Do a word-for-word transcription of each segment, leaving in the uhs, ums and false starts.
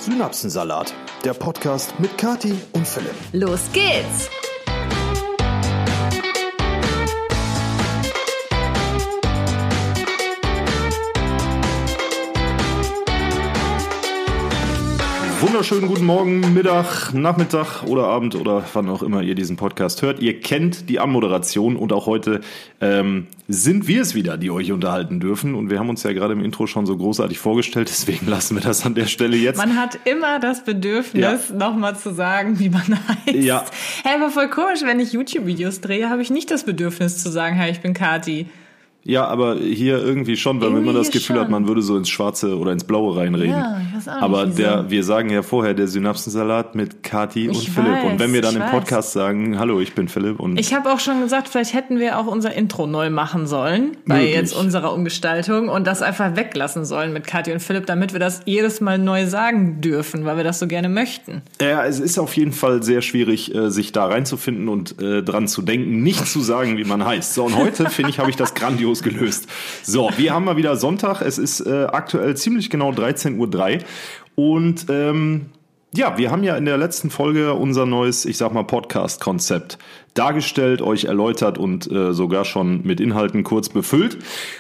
Synapsensalat, der Podcast mit Kati und Philipp. Los geht's! Wunderschönen guten Morgen, Mittag, Nachmittag oder Abend oder wann auch immer ihr diesen Podcast hört. Ihr kennt die Anmoderation und auch heute ähm, sind wir es wieder, die euch unterhalten dürfen. Und wir haben uns ja gerade im Intro schon so großartig vorgestellt, deswegen lassen wir das an der Stelle jetzt. Man hat immer das Bedürfnis, ja. nochmal zu sagen, wie man heißt. Ja. Hey, aber voll komisch, wenn ich YouTube-Videos drehe, habe ich nicht das Bedürfnis zu sagen, hey, ich bin Kati. Ja, aber hier irgendwie schon, weil irgendwie man immer das Gefühl schon. hat, man würde so ins Schwarze oder ins Blaue reinreden. Ja, ich weiß auch nicht, aber wieso. der, wir sagen ja vorher der Synapsensalat mit Kati und Ich Philipp. weiß, und wenn wir dann ich im weiß. Podcast sagen, hallo, ich bin Philipp. Und Ich habe auch schon gesagt, vielleicht hätten wir auch unser Intro neu machen sollen bei Möglich. jetzt unserer Umgestaltung und das einfach weglassen sollen mit Kati und Philipp, damit wir das jedes Mal neu sagen dürfen, weil wir das so gerne möchten. Ja, es ist auf jeden Fall sehr schwierig, äh, sich da reinzufinden und äh, dran zu denken, nicht zu sagen, wie man heißt. So, und heute, finde ich, habe ich das grandios gelöst. So, wir haben mal wieder Sonntag. Es ist äh, aktuell ziemlich genau dreizehn Uhr drei. Und ähm, ja, wir haben ja in der letzten Folge unser neues, ich sag mal, Podcast-Konzept dargestellt, euch erläutert und äh, sogar schon mit Inhalten kurz befüllt.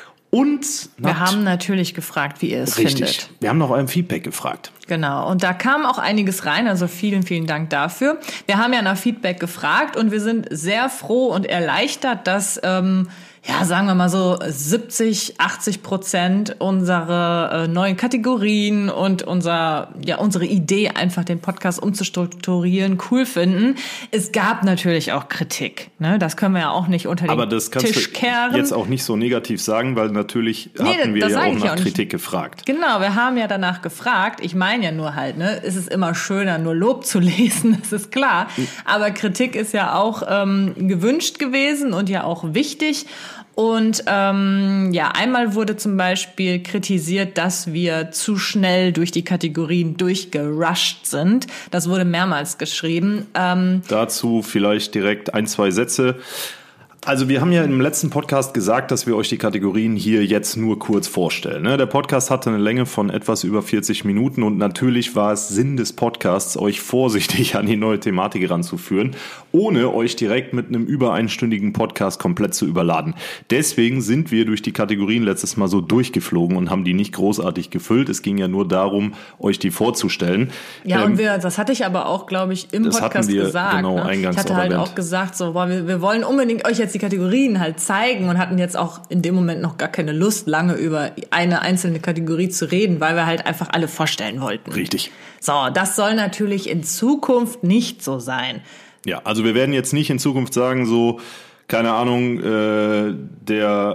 Und Wir haben natürlich gefragt, wie ihr es richtig. findet. Wir haben nach eurem Feedback gefragt. Genau, und da kam auch einiges rein, also vielen, vielen Dank dafür. Wir haben ja nach Feedback gefragt und wir sind sehr froh und erleichtert, dass, ähm, ja, sagen wir mal so siebzig, achtzig Prozent unsere äh, neuen Kategorien und unser, ja, unsere Idee, einfach den Podcast umzustrukturieren, cool finden. Es gab natürlich auch Kritik, ne? Das können wir ja auch nicht unter den Aber das kannst Tisch du kehren. jetzt auch nicht so negativ sagen, weil natürlich Nee, hatten wir das ja sag auch ich nach ja auch nicht. Kritik gefragt. Genau, wir haben ja danach gefragt. Ich meine ja nur halt, ne, es ist immer schöner, nur Lob zu lesen, das ist klar. Aber Kritik ist ja auch ähm, gewünscht gewesen und ja auch wichtig. Und ähm, ja, einmal wurde zum Beispiel kritisiert, dass wir zu schnell durch die Kategorien durchgerusht sind. Das wurde mehrmals geschrieben. Ähm, Dazu vielleicht direkt ein, zwei Sätze. Also wir haben ja im letzten Podcast gesagt, dass wir euch die Kategorien hier jetzt nur kurz vorstellen. Der Podcast hatte eine Länge von etwas über vierzig Minuten und natürlich war es Sinn des Podcasts, euch vorsichtig an die neue Thematik ranzuführen, ohne euch direkt mit einem über einstündigen Podcast komplett zu überladen. Deswegen sind wir durch die Kategorien letztes Mal so durchgeflogen und haben die nicht großartig gefüllt. Es ging ja nur darum, euch die vorzustellen. Ja, ähm, und wir, das hatte ich aber auch, glaube ich, im das Podcast hatten wir, gesagt. genau, ne? eingangs Ich hatte halt erwähnt. auch gesagt, so, boah, wir, wir wollen unbedingt euch jetzt die Kategorien halt zeigen und hatten jetzt auch in dem Moment noch gar keine Lust, lange über eine einzelne Kategorie zu reden, weil wir halt einfach alle vorstellen wollten. Richtig. So, das soll natürlich in Zukunft nicht so sein. Ja, also wir werden jetzt nicht in Zukunft sagen, so, keine Ahnung, äh, der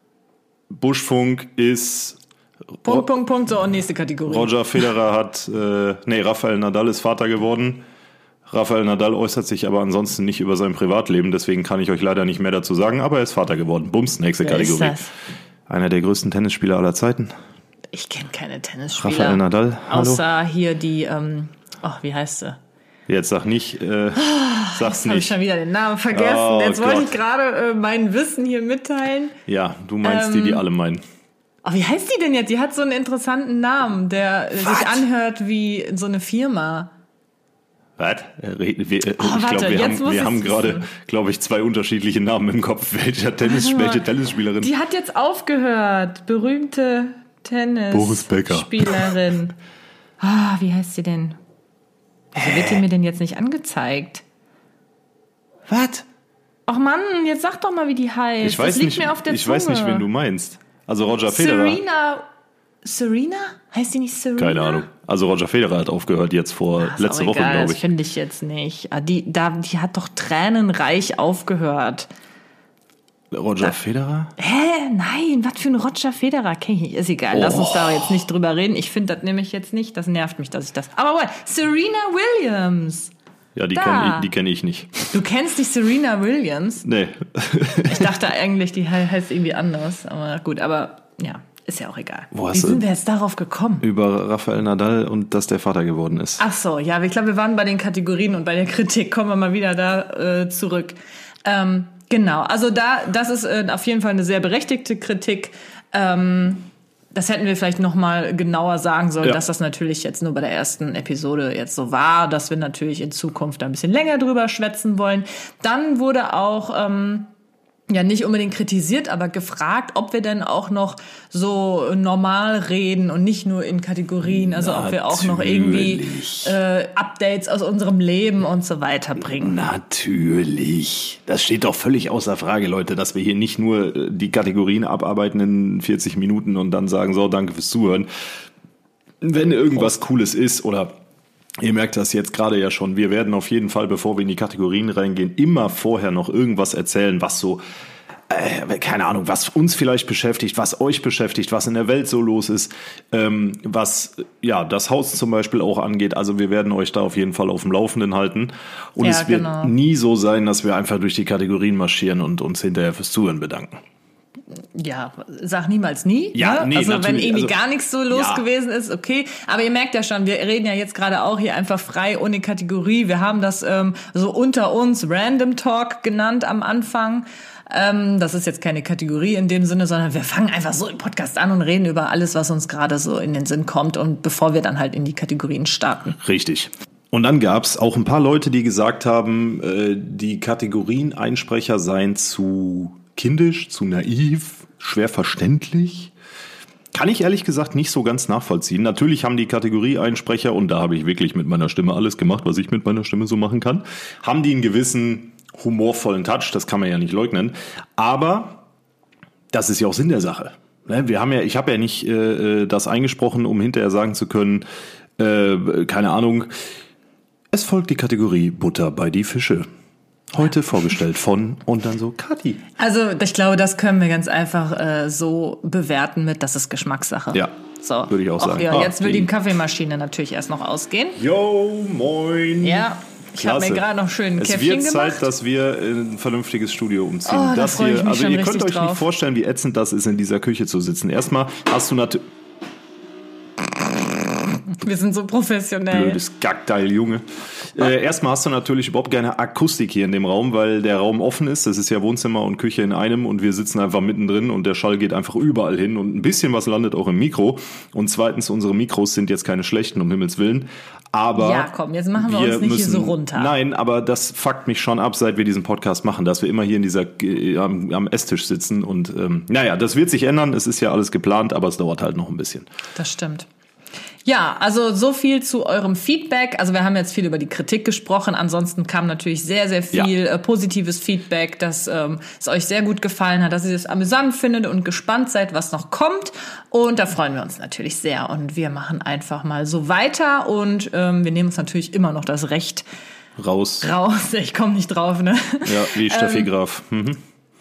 Buschfunk ist... Punkt, Punkt, Punkt, so, und nächste Kategorie. Roger Federer hat, äh, nee, Rafael Nadal ist Vater geworden. Rafael Nadal äußert sich aber ansonsten nicht über sein Privatleben, deswegen kann ich euch leider nicht mehr dazu sagen, aber er ist Vater geworden. Bums, nächste Wer Kategorie. ist das? Einer der größten Tennisspieler aller Zeiten. Ich kenne keine Tennisspieler. Rafael Nadal, hallo. Außer hier die, ähm, oh, wie heißt sie? Jetzt sag nicht, äh, sag's Jetzt habe ich nicht. schon wieder den Namen vergessen. Oh Jetzt wollte Gott. ich gerade äh, mein Wissen hier mitteilen. Ja, du meinst die, die alle meinen. Oh, wie heißt die denn jetzt? Die hat so einen interessanten Namen, der äh, sich Was? anhört wie so eine Firma. Was? Äh, wir- äh, ich Oh, warte, glaube, wir jetzt haben, muss wir ich's haben gerade, wissen. glaube ich, zwei unterschiedliche Namen im Kopf. Welcher Tennis, welche Tennisspielerin? Die hat jetzt aufgehört. Berühmte Boris Becker. Tennisspielerin. Ah, wie heißt sie denn? Wieso wird die mir denn jetzt nicht angezeigt? Was? Ach Mann, jetzt sag doch mal, wie die heißt. Ich weiß das liegt nicht, mir auf der ich Zunge. weiß nicht, wen du meinst. Also Roger Federer. Serena. Serena? Heißt die nicht Serena? Keine Ahnung. Also Roger Federer hat aufgehört jetzt vor Ist letzte auch Woche, egal, glaube Das ich. finde ich jetzt nicht. Ah, Die, da, die hat doch tränenreich aufgehört. Roger Federer? Hä? Nein, was für ein Roger Federer kenn ich nicht. Ist egal, lass uns Oh. da jetzt nicht drüber reden. Ich finde das nämlich jetzt nicht. Das nervt mich, dass ich das... Aber what? Serena Williams. Ja, die Da. kenne ich, die kenn ich nicht. Du kennst die Serena Williams? Nee. Ich dachte eigentlich, die he- heißt irgendwie anders. Aber gut, aber ja, ist ja auch egal. Wo Wie hast du- sind wir jetzt darauf gekommen? Über Rafael Nadal und dass der Vater geworden ist. Ach so, ja, ich glaube, wir waren bei den Kategorien und bei der Kritik. Kommen wir mal wieder da äh, zurück. Ähm, genau, also da, das ist äh, auf jeden Fall eine sehr berechtigte Kritik. Ähm, das hätten wir vielleicht noch mal genauer sagen sollen, ja. dass das natürlich jetzt nur bei der ersten Episode jetzt so war, dass wir natürlich in Zukunft ein bisschen länger drüber schwätzen wollen. Dann wurde auch ähm, ja nicht unbedingt kritisiert, aber gefragt, ob wir denn auch noch so normal reden und nicht nur in Kategorien, also Natürlich. ob wir auch noch irgendwie äh, Updates aus unserem Leben und so weiter bringen. Natürlich. Das steht doch völlig außer Frage, Leute, dass wir hier nicht nur die Kategorien abarbeiten in vierzig Minuten und dann sagen, so, danke fürs Zuhören. Wenn irgendwas Cooles ist oder ihr merkt das jetzt gerade ja schon. Wir werden auf jeden Fall, bevor wir in die Kategorien reingehen, immer vorher noch irgendwas erzählen, was so, äh, keine Ahnung, was uns vielleicht beschäftigt, was euch beschäftigt, was in der Welt so los ist, ähm, was ja das Haus zum Beispiel auch angeht. Also wir werden euch da auf jeden Fall auf dem Laufenden halten. Und Ja, es wird genau. nie so sein, dass wir einfach durch die Kategorien marschieren und uns hinterher fürs Zuhören bedanken. Ja, sag niemals nie. Ja, ne? nee, also wenn natürlich. irgendwie Also, gar nichts so los ja. gewesen ist, okay. Aber ihr merkt ja schon, wir reden ja jetzt gerade auch hier einfach frei ohne Kategorie. Wir haben das ähm, so unter uns Random Talk genannt am Anfang. Ähm, das ist jetzt keine Kategorie in dem Sinne, sondern wir fangen einfach so im Podcast an und reden über alles, was uns gerade so in den Sinn kommt und bevor wir dann halt in die Kategorien starten. Richtig. Und dann gab es auch ein paar Leute, die gesagt haben, äh, die Kategorien-Einsprecher seien zu kindisch, zu naiv, schwer verständlich. Kann ich ehrlich gesagt nicht so ganz nachvollziehen. Natürlich haben die Kategorie-Einsprecher, und da habe ich wirklich mit meiner Stimme alles gemacht, was ich mit meiner Stimme so machen kann, haben die einen gewissen humorvollen Touch, das kann man ja nicht leugnen. Aber das ist ja auch Sinn der Sache. Wir haben ja, ich habe ja nicht äh, das eingesprochen, um hinterher sagen zu können, äh, keine Ahnung, es folgt die Kategorie Butter bei die Fische. Heute vorgestellt von und dann so Kathi. Also ich glaube, das können wir ganz einfach äh, so bewerten mit, das ist Geschmackssache. Ja, so. würde ich auch sagen. Ja, Ah, jetzt will die- die Kaffeemaschine natürlich erst noch ausgehen. Yo, moin. Ja, ich habe Klasse. mir gerade noch schön ein Es Käffchen wird gemacht. Zeit, dass wir in ein vernünftiges Studio umziehen. Oh, da das freu ich hier, mich also schon ihr könnt richtig euch nicht drauf. vorstellen, wie ätzend das ist, in dieser Küche zu sitzen. Erstmal hast du natürlich Wir sind so professionell. blödes Gackteil, Junge. Äh, erstmal hast du natürlich überhaupt keine Akustik hier in dem Raum, weil der Raum offen ist. Das ist ja Wohnzimmer und Küche in einem und wir sitzen einfach mittendrin und der Schall geht einfach überall hin und ein bisschen was landet auch im Mikro. Und zweitens, unsere Mikros sind jetzt keine schlechten, um Himmels Willen. Aber Ja, komm, jetzt machen wir uns nicht hier so runter. Nein, aber das fuckt mich schon ab, seit wir diesen Podcast machen, dass wir immer hier in dieser äh, am, am Esstisch sitzen und ähm, naja, das wird sich ändern. Es ist ja alles geplant, aber es dauert halt noch ein bisschen. Das stimmt. Ja, also so viel zu eurem Feedback. Also wir haben jetzt viel über die Kritik gesprochen. Ansonsten kam natürlich sehr, sehr viel Ja. äh, positives Feedback, dass ähm, es euch sehr gut gefallen hat, dass ihr es amüsant findet und gespannt seid, was noch kommt. Und da freuen wir uns natürlich sehr. Und wir machen einfach mal so weiter. Und ähm, wir nehmen uns natürlich immer noch das Recht Raus. raus. Ich komme nicht drauf, ne? Ja, wie Steffi Graf. Mhm.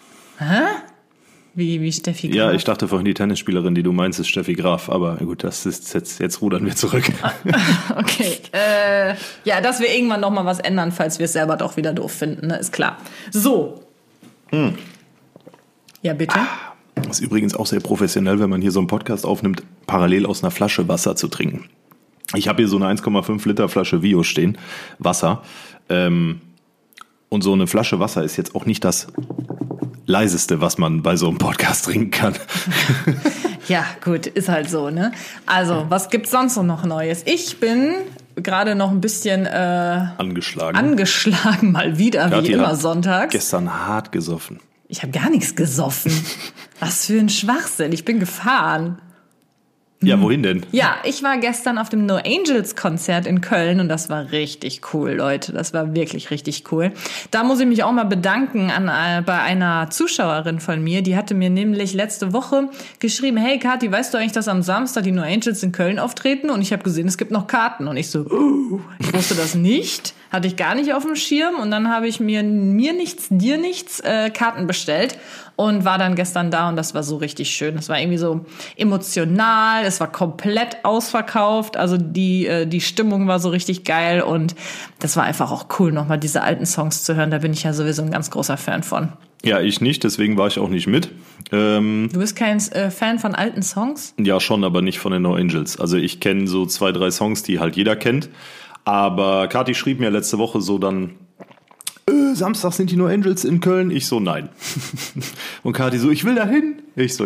Wie, wie Steffi Ja, Graf. ich dachte vorhin, die Tennisspielerin, die du meinst, ist Steffi Graf. Aber gut, das ist jetzt, jetzt rudern wir zurück. Okay. Äh, ja, dass wir irgendwann noch mal was ändern, falls wir es selber doch wieder doof finden, ne? Ist klar. So. Hm. Ja, bitte. Das ist übrigens auch sehr professionell, wenn man hier so einen Podcast aufnimmt, parallel aus einer Flasche Wasser zu trinken. Ich habe hier so eine eins Komma fünf Liter Flasche Vio stehen, Wasser. Ähm, und so eine Flasche Wasser ist jetzt auch nicht das Leiseste, was man bei so einem Podcast trinken kann. Ja, gut, ist halt so, ne? Also, was gibt's sonst noch Neues? Ich bin gerade noch ein bisschen äh, Angeschlagen. angeschlagen, mal wieder, Kathi wie immer hat sonntags. Gestern hart gesoffen. Ich habe gar nichts gesoffen. Was für ein Schwachsinn. Ich bin gefahren. Ja, wohin denn? Ja, ich war gestern auf dem No Angels Konzert in Köln und das war richtig cool, Leute. Das war wirklich richtig cool. Da muss ich mich auch mal bedanken an, äh, bei einer Zuschauerin von mir. Die hatte mir nämlich letzte Woche geschrieben, hey Kathi, weißt du eigentlich, dass am Samstag die No Angels in Köln auftreten? Und ich habe gesehen, es gibt noch Karten. Und ich so, uh, ich wusste das nicht. Hatte ich gar nicht auf dem Schirm. Und dann habe ich mir mir nichts, dir nichts äh, Karten bestellt und war dann gestern da und das war so richtig schön. Das war irgendwie so emotional, es war komplett ausverkauft, also die äh, die Stimmung war so richtig geil und das war einfach auch cool, nochmal diese alten Songs zu hören. Da bin ich ja sowieso ein ganz großer Fan von. Ja, ich nicht, deswegen war ich auch nicht mit. Ähm, Du bist kein äh, Fan von alten Songs? ja, schon, aber nicht von den No Angels. Also ich kenne so zwei, drei Songs, die halt jeder kennt. Aber Kathi schrieb mir letzte Woche so dann, äh, Samstag sind die No Angels in Köln. Ich so, nein. Und Kathi so, ich will da hin. Ich so, ja,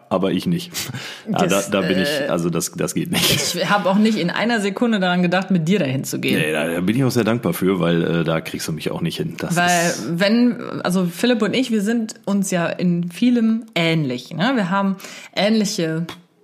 aber ich nicht. Ja, Das, da, da bin äh, ich, also das, das geht nicht. Ich habe auch nicht in einer Sekunde daran gedacht, mit dir dahin zu gehen. Nee, da, da bin ich auch sehr dankbar für, weil äh, da kriegst du mich auch nicht hin. Das Weil ist, wenn, also Philipp und ich, wir sind uns ja in vielem ähnlich. Ne? Wir haben ähnliche,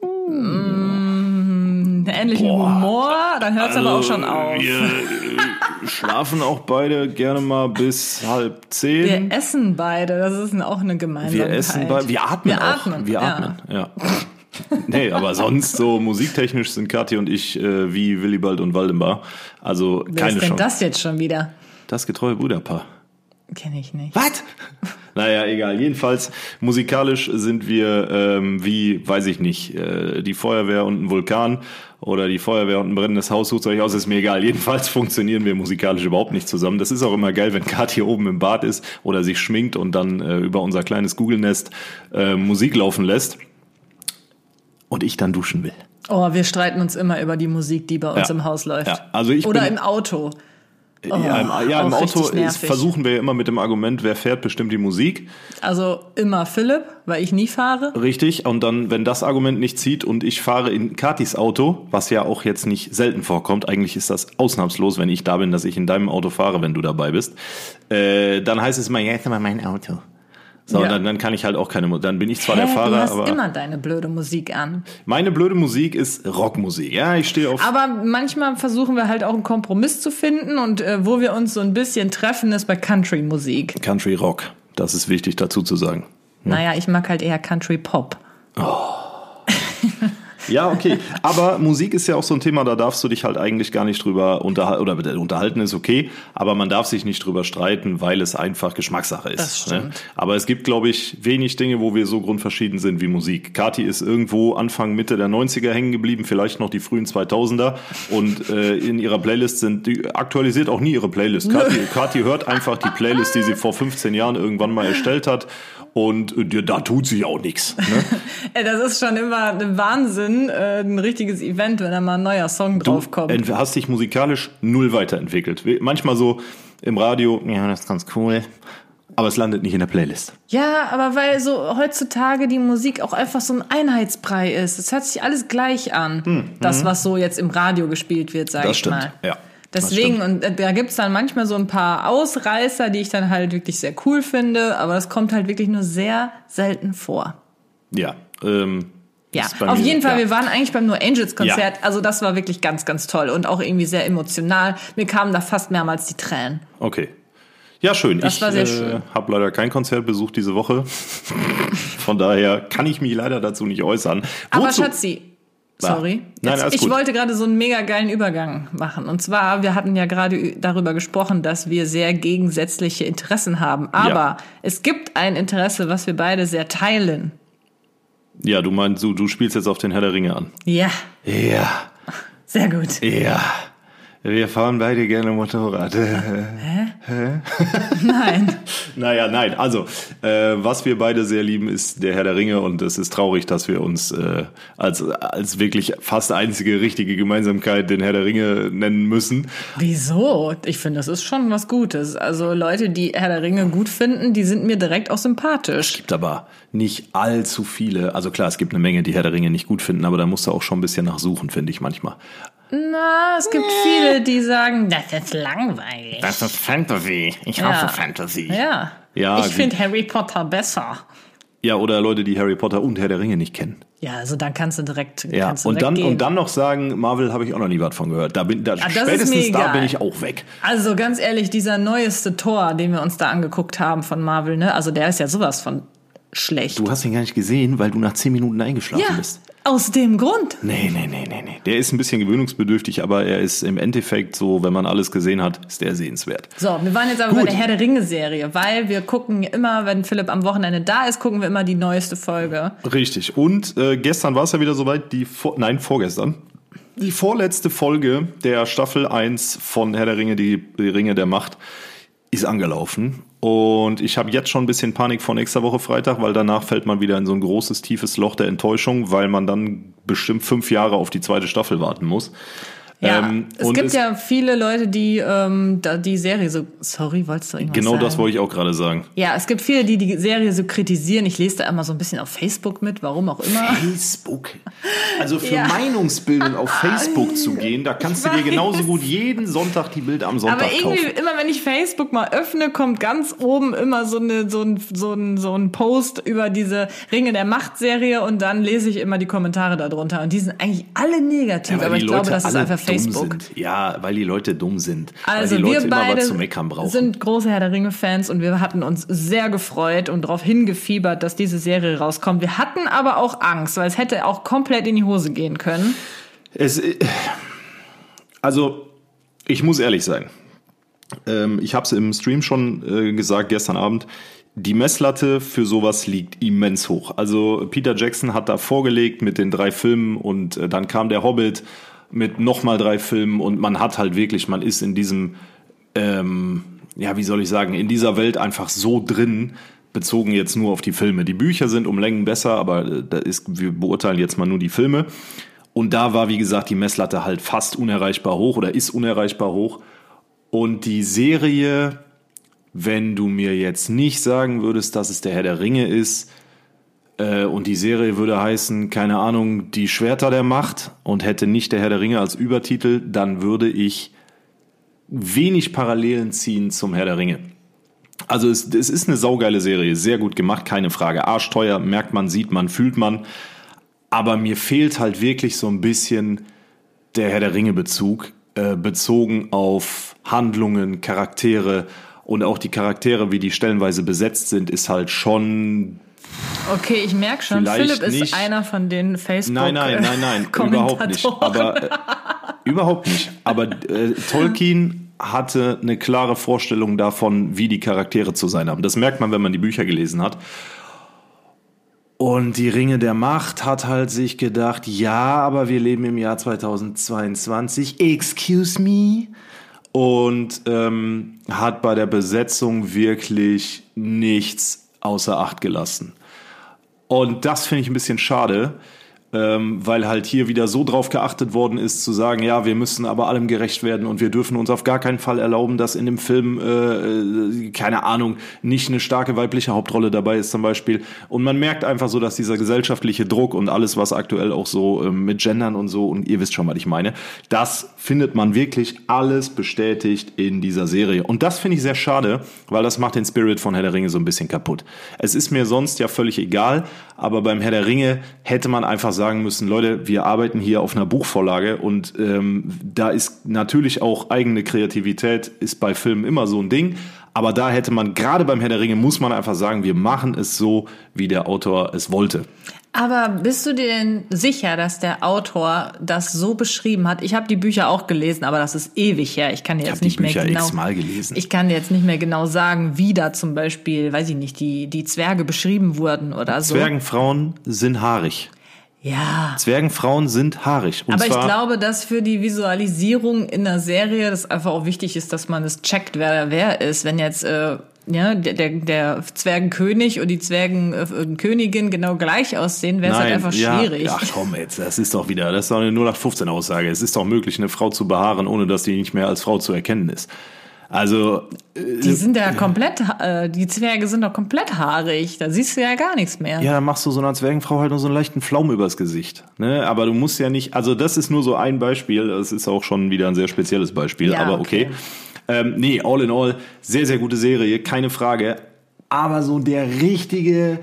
mm, ähnlichen Boah. Humor, dann hört es also, aber auch schon auf. Wir äh, schlafen auch beide gerne mal bis halb Wir zehn. essen beide, das ist auch eine Gemeinsamkeit. Wir essen beide, wir atmen wir auch. Atmen, wir ja. atmen, ja. Nee, aber sonst so musiktechnisch sind Kathi und ich äh, wie Willibald und Waldemar. Also Wer keine ist denn Chance. das jetzt schon wieder? Das getreue Brüderpaar. Kenne ich nicht. Was? Naja, egal. Jedenfalls, musikalisch sind wir ähm, wie, weiß ich nicht, äh, die Feuerwehr und ein Vulkan oder die Feuerwehr und ein brennendes Haus, sucht euch aus, ist mir egal. Jedenfalls funktionieren wir musikalisch überhaupt nicht zusammen. Das ist auch immer geil, wenn Kat hier oben im Bad ist oder sich schminkt und dann äh, über unser kleines Google-Nest äh, Musik laufen lässt und ich dann duschen will. Oh, wir streiten uns immer über die Musik, die bei uns Ja. im Haus läuft. Ja, also ich Oder bin- im Auto. Oh, ja, im, ja, im auch Auto richtig ist, nervig. versuchen wir ja immer mit dem Argument, wer fährt, bestimmt die Musik. Also immer Philipp, weil ich nie fahre. Richtig, und dann, wenn das Argument nicht zieht und ich fahre in Katis Auto, was ja auch jetzt nicht selten vorkommt, eigentlich ist das ausnahmslos, wenn ich da bin, dass ich in deinem Auto fahre, wenn du dabei bist, äh, dann heißt es immer, ja, ist aber mein Auto. So, Ja. dann, dann kann ich halt auch keine, dann bin ich zwar Hä, der Fahrer, du hast aber immer deine blöde Musik an. meine blöde Musik ist Rockmusik. Ja, ich stehe auf Aber manchmal versuchen wir halt auch einen Kompromiss zu finden und äh, wo wir uns so ein bisschen treffen, ist bei Country-Musik. Country Rock. Das ist wichtig dazu zu sagen. Naja, ich mag halt eher Country-Pop. Ja, okay. Aber Musik ist ja auch so ein Thema, da darfst du dich halt eigentlich gar nicht drüber unterhalten, oder unterhalten ist okay, aber man darf sich nicht drüber streiten, weil es einfach Geschmackssache ist. Das stimmt. Ne? Aber es gibt, glaube ich, wenig Dinge, wo wir so grundverschieden sind wie Musik. Kathi ist irgendwo Anfang, Mitte der neunziger hängen geblieben, vielleicht noch die frühen zweitausender und äh, in ihrer Playlist sind, die aktualisiert auch nie ihre Playlist. Kathi, Kathi hört einfach die Playlist, die sie vor fünfzehn Jahren irgendwann mal erstellt hat. Und äh, da tut sich auch nichts. Ne? Das ist schon immer ein Wahnsinn, äh, ein richtiges Event, wenn da mal ein neuer Song draufkommt. Du hast dich musikalisch null weiterentwickelt. Manchmal so im Radio, ja, das ist ganz cool, aber es landet nicht in der Playlist. Ja, aber weil so heutzutage die Musik auch einfach so ein Einheitsbrei ist. Es hört sich alles gleich an, hm, das, was so jetzt im Radio gespielt wird, sag Das ich stimmt, mal. ja. Deswegen, und da gibt's dann manchmal so ein paar Ausreißer, die ich dann halt wirklich sehr cool finde, aber das kommt halt wirklich nur sehr selten vor. Ja, ähm, Ja, ist bei auf mir- jeden Fall, ja. wir waren eigentlich beim No Angels Konzert, Ja. also das war wirklich ganz, ganz toll und auch irgendwie sehr emotional. Mir kamen da fast mehrmals die Tränen. Okay. Ja, schön. Das ich war sehr äh, schön. habe leider kein Konzert besucht diese Woche. Von daher kann ich mich leider dazu nicht äußern. Aber Wozu- Schatzi, Ja. sorry. Nein, Jetzt, alles ich gut. wollte gerade so einen mega geilen Übergang machen. Und zwar, wir hatten ja gerade ü- darüber gesprochen, dass wir sehr gegensätzliche Interessen haben. Aber Ja. es gibt ein Interesse, was wir beide sehr teilen. Ja, du meinst, du, du spielst jetzt auf den Herr der Ringe an. Ja, Ja, sehr gut. ja. Wir fahren beide gerne Motorrad. Nein. Naja, nein. Also, äh, was wir beide sehr lieben, ist der Herr der Ringe und es ist traurig, dass wir uns äh, als, als wirklich fast einzige richtige Gemeinsamkeit den Herr der Ringe nennen müssen. Wieso? Ich finde, das ist schon was Gutes. Also Leute, die Herr der Ringe gut finden, die sind mir direkt auch sympathisch. Gibt aber nicht allzu viele. Also klar, es gibt eine Menge, die Herr der Ringe nicht gut finden, aber da musst du auch schon ein bisschen nachsuchen, finde ich manchmal. Na, es gibt viele, die sagen, das ist langweilig. Das ist Fantasy. Ich Ja. hasse Fantasy. Ja, Ja, ich wie- finde Harry Potter besser. Ja, oder Leute, die Harry Potter und Herr der Ringe nicht kennen. Ja, also dann kannst du direkt, Ja, kannst du und direkt dann, gehen. und dann noch sagen, Marvel habe ich auch noch nie was von gehört. Da bin, da, das ist spätestens mir da egal. bin ich auch weg. Also ganz ehrlich, dieser neueste Tor, den wir uns da angeguckt haben von Marvel, ne? Also der ist ja sowas von schlecht. Du hast ihn gar nicht gesehen, weil du nach zehn Minuten eingeschlafen ja, bist. aus dem Grund. Nee, nee, nee, nee, nee. Der ist ein bisschen gewöhnungsbedürftig, aber er ist im Endeffekt so, wenn man alles gesehen hat, ist der sehenswert. So, wir waren jetzt aber Gut. bei der Herr der Ringe-Serie, weil wir gucken immer, wenn Philipp am Wochenende da ist, gucken wir immer die neueste Folge. Richtig. Und äh, gestern war es ja wieder soweit, die vor, nein, vorgestern. Die vorletzte Folge der Staffel eins von Herr der Ringe, die, die Ringe der Macht, ist angelaufen. Und ich habe jetzt schon ein bisschen Panik vor nächster Woche Freitag, weil danach fällt man wieder in so ein großes, tiefes Loch der Enttäuschung, weil man dann bestimmt fünf Jahre auf die zweite Staffel warten muss. Ja, ähm, es gibt es, ja viele Leute, die ähm, die Serie so, sorry, wolltest du irgendwas genau sagen? Genau das wollte ich auch gerade sagen. Ja, es gibt viele, die die Serie so kritisieren. Ich lese da immer so ein bisschen auf Facebook mit, warum auch immer. Facebook? Also für ja. Meinungsbildung auf Facebook zu gehen, da kannst ich du dir weiß. genauso gut jeden Sonntag die Bilder am Sonntag kaufen. Aber irgendwie, kaufen. immer wenn ich Facebook mal öffne, kommt ganz oben immer so, eine, so, ein, so, ein, so ein Post über diese Ringe der Macht-Serie und dann lese ich immer die Kommentare darunter. Und die sind eigentlich alle negativ, ja, aber ich Leute glaube, das ist einfach Facebook. Sind. Ja, weil die Leute dumm sind. Also weil die Leute wir beide immer was zu meckern brauchen. Sind große Herr der Ringe-Fans und wir hatten uns sehr gefreut und darauf hingefiebert, dass diese Serie rauskommt. Wir hatten aber auch Angst, weil es hätte auch komplett in die Hose gehen können. Es, also, ich muss ehrlich sein. Ähm, ich habe es im Stream schon äh, gesagt, gestern Abend. Die Messlatte für sowas liegt immens hoch. Also Peter Jackson hat da vorgelegt mit den drei Filmen und äh, dann kam der Hobbit mit nochmal drei Filmen und man hat halt wirklich, man ist in diesem, ähm, ja, wie soll ich sagen, in dieser Welt einfach so drin, bezogen jetzt nur auf die Filme. Die Bücher sind um Längen besser, aber äh, da ist, wir beurteilen jetzt mal nur die Filme. Und da war, wie gesagt, die Messlatte halt fast unerreichbar hoch oder ist unerreichbar hoch. Und die Serie, wenn du mir jetzt nicht sagen würdest, dass es der Herr der Ringe ist, äh, und die Serie würde heißen, keine Ahnung, die Schwerter der Macht und hätte nicht der Herr der Ringe als Übertitel, dann würde ich wenig Parallelen ziehen zum Herr der Ringe. Also es, es ist eine saugeile Serie, sehr gut gemacht, keine Frage. Arschteuer, merkt man, sieht man, fühlt man. Aber mir fehlt halt wirklich so ein bisschen der Herr der Ringe-Bezug, äh, bezogen auf Handlungen, Charaktere. Und auch die Charaktere, wie die stellenweise besetzt sind, ist halt schon... Okay, ich merke schon, Philipp ist nicht, einer von den Facebook Nein, nein, nein, nein, überhaupt nicht. Aber, äh, überhaupt nicht. Aber äh, Tolkien hatte eine klare Vorstellung davon, wie die Charaktere zu sein haben. Das merkt man, wenn man die Bücher gelesen hat. Und die Ringe der Macht hat halt sich gedacht, ja, aber wir leben im Jahr zweitausendzweiundzwanzig. Excuse me? Und ähm, hat bei der Besetzung wirklich nichts außer Acht gelassen. Und das finde ich ein bisschen schade, ähm, weil halt hier wieder so drauf geachtet worden ist, zu sagen, ja, wir müssen aber allem gerecht werden und wir dürfen uns auf gar keinen Fall erlauben, dass in dem Film, äh, keine Ahnung, nicht eine starke weibliche Hauptrolle dabei ist zum Beispiel. Und man merkt einfach so, dass dieser gesellschaftliche Druck und alles, was aktuell auch so äh, mit Gendern und so, und ihr wisst schon, was ich meine, das findet man wirklich alles bestätigt in dieser Serie. Und das finde ich sehr schade, weil das macht den Spirit von Herr der Ringe so ein bisschen kaputt. Es ist mir sonst ja völlig egal, aber beim Herr der Ringe hätte man einfach sagen müssen, Leute, wir arbeiten hier auf einer Buchvorlage und ähm, da ist natürlich auch eigene Kreativität, ist bei Filmen immer so ein Ding, aber da hätte man, gerade beim Herr der Ringe, muss man einfach sagen, wir machen es so, wie der Autor es wollte. Aber bist du dir denn sicher, dass der Autor das so beschrieben hat? Ich habe die Bücher auch gelesen, aber das ist ewig her. Ich kann dir jetzt nicht mehr genau. X-mal gelesen. Ich kann dir jetzt nicht mehr genau sagen, wie da zum Beispiel, weiß ich nicht, die die Zwerge beschrieben wurden oder so. Zwergenfrauen sind haarig. Ja. Zwergenfrauen sind haarig. Und aber zwar, ich glaube, dass für die Visualisierung in der Serie das einfach auch wichtig ist, dass man es checkt, wer da wer ist. Wenn jetzt äh, ja, der, der, der Zwergenkönig und die Zwergenkönigin genau gleich aussehen, wäre es halt einfach ja, schwierig. Ach komm jetzt, das ist doch wieder, das ist doch eine null acht fünfzehn Aussage. Es ist doch möglich, eine Frau zu behaaren, ohne dass sie nicht mehr als Frau zu erkennen ist. Also äh, die sind ja komplett, äh, die Zwerge sind doch komplett haarig, da siehst du ja gar nichts mehr. Ja, dann machst du so einer Zwergenfrau halt nur so einen leichten Flaum übers Gesicht. Ne? Aber du musst ja nicht, also das ist nur so ein Beispiel, das ist auch schon wieder ein sehr spezielles Beispiel, ja, aber okay. okay. Ähm, nee, all in all, sehr, sehr gute Serie, keine Frage. Aber so der richtige,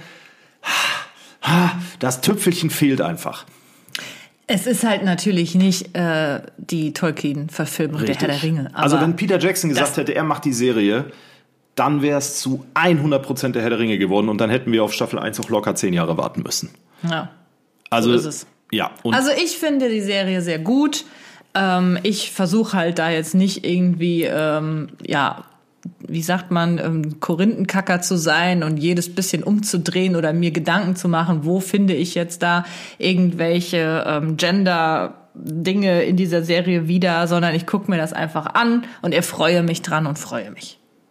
das Tüpfelchen fehlt einfach. Es ist halt natürlich nicht äh, die Tolkien-Verfilmung der Herr der Ringe. Aber also wenn Peter Jackson gesagt hätte, er macht die Serie, dann wäre es zu hundert Prozent der Herr der Ringe geworden und dann hätten wir auf Staffel eins auch locker zehn Jahre warten müssen. Ja, also, so ist es. Ja, und also ich finde die Serie sehr gut. Ähm, ich versuche halt da jetzt nicht irgendwie, ähm, ja, wie sagt man, ähm, Korinthenkacker zu sein und jedes bisschen umzudrehen oder mir Gedanken zu machen, wo finde ich jetzt da irgendwelche ähm, Gender-Dinge in dieser Serie wieder, sondern ich gucke mir das einfach an und erfreue mich dran und freue mich.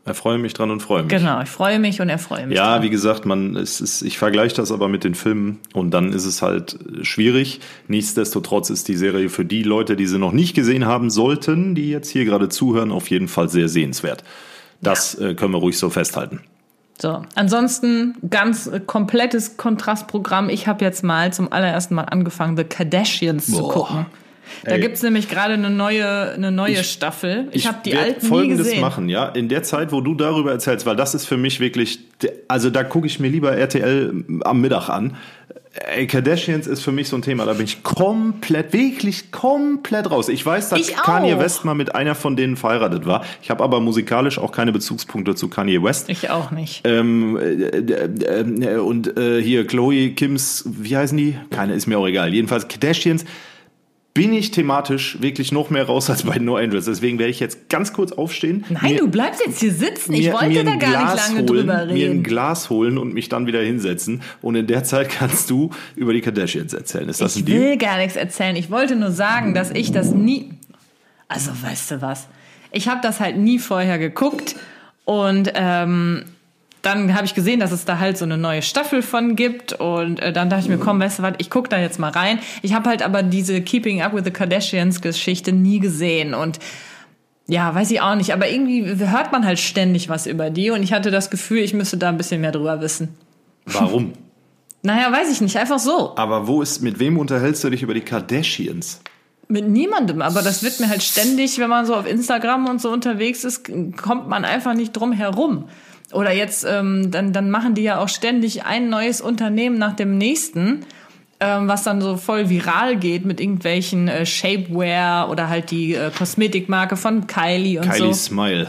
Erfreue mich dran und freue mich. Genau, ich freue mich und erfreue mich. Ja, dran. wie gesagt, man, es ist, ich vergleiche das aber mit den Filmen und dann ist es halt schwierig. Nichtsdestotrotz ist die Serie für die Leute, die sie noch nicht gesehen haben sollten, die jetzt hier gerade zuhören, auf jeden Fall sehr sehenswert. Das ja. äh, können wir ruhig so festhalten. So, ansonsten ganz äh, komplettes Kontrastprogramm. Ich habe jetzt mal zum allerersten Mal angefangen, The Kardashians Boah. zu gucken. Da Ey. gibt's nämlich gerade eine neue, eine neue ich, Staffel. Ich, ich habe die alten Folgendes nie gesehen. machen, ja, in der Zeit, wo du darüber erzählst, weil das ist für mich wirklich, also da gucke ich mir lieber R T L am Mittag an. Ey, Kardashians ist für mich so ein Thema, da bin ich komplett, wirklich komplett raus. Ich weiß, dass ich Kanye West mal mit einer von denen verheiratet war. Ich habe aber musikalisch auch keine Bezugspunkte zu Kanye West. Ich auch nicht. Ähm, äh, äh, und äh, hier Chloe, Kims, wie heißen die? Keine, ist mir auch egal. Jedenfalls Kardashians bin ich thematisch wirklich noch mehr raus als bei No Angels. Deswegen werde ich jetzt ganz kurz aufstehen. Nein, mir, du bleibst jetzt hier sitzen. Ich mir, wollte mir da gar Glas nicht lange holen, drüber reden. Mir ein Glas holen und mich dann wieder hinsetzen. Und in der Zeit kannst du über die Kardashians erzählen. Ist das ich ein Deal? Ich will gar nichts erzählen. Ich wollte nur sagen, dass ich das nie... Also, weißt du was? Ich habe das halt nie vorher geguckt. Und ähm, dann habe ich gesehen, dass es da halt so eine neue Staffel von gibt. Und äh, dann dachte ich mir, komm, weißt du was, ich gucke da jetzt mal rein. Ich habe halt aber diese Keeping Up with the Kardashians-Geschichte nie gesehen. Und ja, weiß ich auch nicht. Aber irgendwie hört man halt ständig was über die. Und ich hatte das Gefühl, ich müsste da ein bisschen mehr drüber wissen. Warum? Naja, weiß ich nicht. Einfach so. Aber wo ist, mit wem unterhältst du dich über die Kardashians? Mit niemandem. Aber das wird mir halt ständig, wenn man so auf Instagram und so unterwegs ist, kommt man einfach nicht drum herum. Oder jetzt, ähm, dann, dann machen die ja auch ständig ein neues Unternehmen nach dem nächsten, ähm, was dann so voll viral geht mit irgendwelchen äh, Shapewear oder halt die äh, Kosmetikmarke von Kylie und Kylie so. Kylie Smile.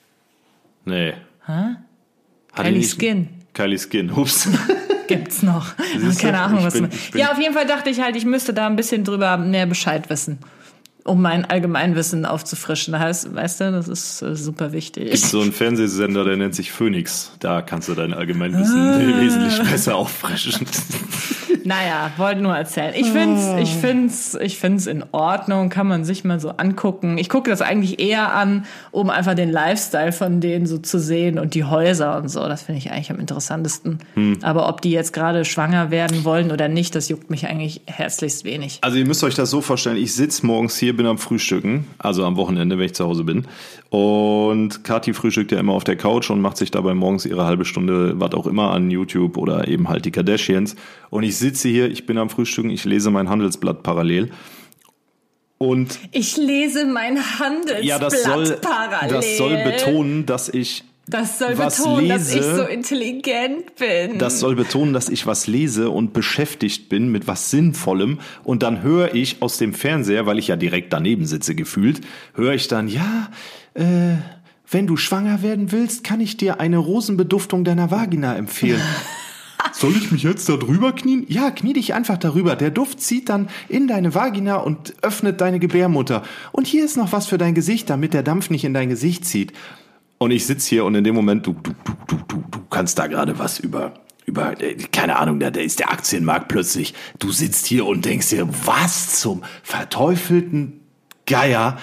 Nee. Hä? Kylie Skin. Kylie Skin, ups. Gibt's noch. Keine Ahnung, was bin, Ja, auf jeden Fall dachte ich halt, ich müsste da ein bisschen drüber mehr Bescheid wissen, um mein Allgemeinwissen aufzufrischen. Das heißt, weißt du, das ist äh, super wichtig. Es gibt so einen Fernsehsender, der nennt sich Phoenix. Da kannst du dein Allgemeinwissen ah. wesentlich besser auffrischen. Naja, wollte nur erzählen. Ich find's, ich find's, ich find's in Ordnung, kann man sich mal so angucken. Ich gucke das eigentlich eher an, um einfach den Lifestyle von denen so zu sehen und die Häuser und so. Das finde ich eigentlich am interessantesten. Hm. Aber ob die jetzt gerade schwanger werden wollen oder nicht, das juckt mich eigentlich herzlichst wenig. Also ihr müsst euch das so vorstellen, ich sitze morgens hier, bin am Frühstücken, also am Wochenende, wenn ich zu Hause bin. Und Kathi frühstückt ja immer auf der Couch und macht sich dabei morgens ihre halbe Stunde, was auch immer, an YouTube oder eben halt die Kardashians. Und ich sitze hier, ich bin am Frühstücken, ich lese mein Handelsblatt parallel. Und ich lese mein Handelsblatt ja, das soll, parallel. Das soll betonen, dass ich Das soll was betonen, lese, dass ich so intelligent bin. Das soll betonen, dass ich was lese und beschäftigt bin mit was Sinnvollem. Und dann höre ich aus dem Fernseher, weil ich ja direkt daneben sitze gefühlt, höre ich dann, ja, äh, wenn du schwanger werden willst, kann ich dir eine Rosenbeduftung deiner Vagina empfehlen. Soll ich mich jetzt da drüber knien? Ja, knie dich einfach darüber. Der Duft zieht dann in deine Vagina und öffnet deine Gebärmutter. Und hier ist noch was für dein Gesicht, damit der Dampf nicht in dein Gesicht zieht. Und ich sitze hier und in dem Moment, du, du, du, du, du, du kannst da gerade was über, über, keine Ahnung, da, da ist der Aktienmarkt plötzlich. Du sitzt hier und denkst dir, was zum verteufelten Geier.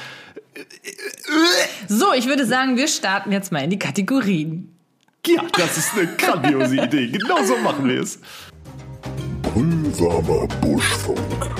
So, ich würde sagen, wir starten jetzt mal in die Kategorien. Ja, das ist eine grandiose Idee. Genau so machen wir es. Brühwarmer Buschfunk.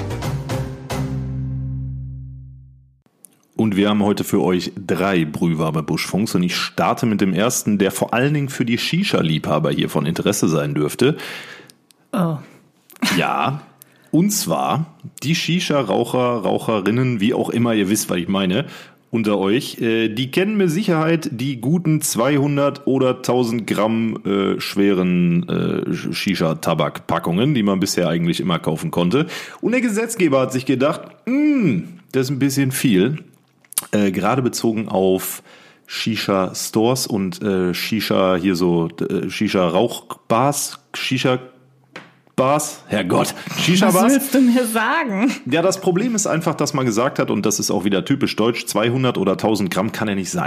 Und wir haben heute für euch drei brühwarme Buschfunks und ich starte mit dem ersten, der vor allen Dingen für die Shisha-Liebhaber hier von Interesse sein dürfte. Oh. Ja, und zwar die Shisha-Raucher, Raucherinnen, wie auch immer, ihr wisst, was ich meine, unter euch, äh, die kennen mit Sicherheit die guten zweihundert oder tausend Gramm äh, schweren äh, Shisha-Tabak-Packungen, die man bisher eigentlich immer kaufen konnte. Und der Gesetzgeber hat sich gedacht, mh, das ist ein bisschen viel. Äh, gerade bezogen auf Shisha-Stores und äh, Shisha, hier so äh, Shisha-Rauchbars, Shisha-Bars, Herrgott, Shisha-Bars. Was willst du mir sagen? Ja, das Problem ist einfach, dass man gesagt hat, und das ist auch wieder typisch deutsch, zweihundert oder tausend Gramm kann er nicht sein.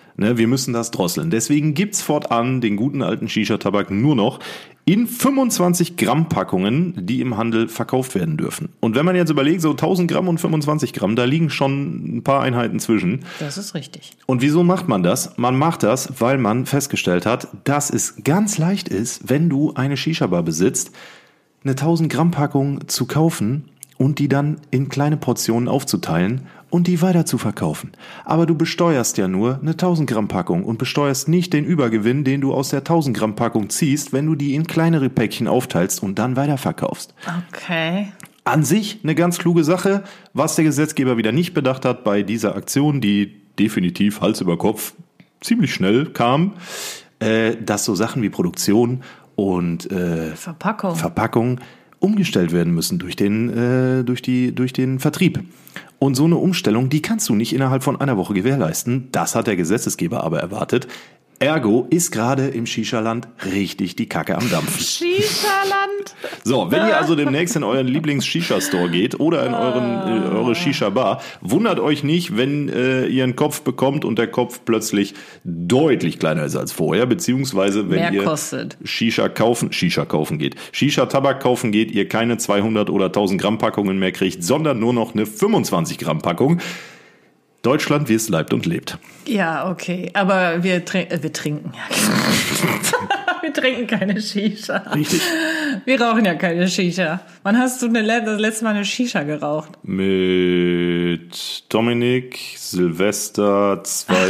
Ne, wir müssen das drosseln. Deswegen gibt's fortan den guten alten Shisha-Tabak nur noch in fünfundzwanzig Gramm Packungen, die im Handel verkauft werden dürfen. Und wenn man jetzt überlegt, so tausend Gramm und fünfundzwanzig Gramm, da liegen schon ein paar Einheiten zwischen. Das ist richtig. Und wieso macht man das? Man macht das, weil man festgestellt hat, dass es ganz leicht ist, wenn du eine Shisha-Bar besitzt, eine tausend Gramm Packung zu kaufen und die dann in kleine Portionen aufzuteilen und die weiter zu verkaufen. Aber du besteuerst ja nur eine tausend Gramm Packung und besteuerst nicht den Übergewinn, den du aus der tausend Gramm Packung ziehst, wenn du die in kleinere Päckchen aufteilst und dann weiterverkaufst. Okay. An sich eine ganz kluge Sache, was der Gesetzgeber wieder nicht bedacht hat bei dieser Aktion, die definitiv Hals über Kopf ziemlich schnell kam, äh, dass so Sachen wie Produktion und äh, Verpackung. Verpackung umgestellt werden müssen durch den, äh, durch die, durch den Vertrieb. Und so eine Umstellung, die kannst du nicht innerhalb von einer Woche gewährleisten. Das hat der Gesetzesgeber aber erwartet. Ergo ist gerade im Shisha-Land richtig die Kacke am Dampfen. Shisha-Land? So, wenn ihr also demnächst in euren Lieblings-Shisha-Store geht oder in euren, äh, eure Shisha-Bar, wundert euch nicht, wenn äh, ihr einen Kopf bekommt und der Kopf plötzlich deutlich kleiner ist als vorher, beziehungsweise wenn Mehr ihr kostet. Shisha kaufen, Shisha kaufen geht, Shisha-Tabak kaufen geht, ihr keine zweihundert oder tausend Gramm Packungen mehr kriegt, sondern nur noch eine fünfundzwanzig Gramm Packung. Deutschland, wie es leibt und lebt. Ja, okay. Aber wir, trink- äh, wir trinken ja Wir trinken keine Shisha. Richtig. Wir rauchen ja keine Shisha. Wann hast du eine, das letzte Mal eine Shisha geraucht? Mit Dominik Silvester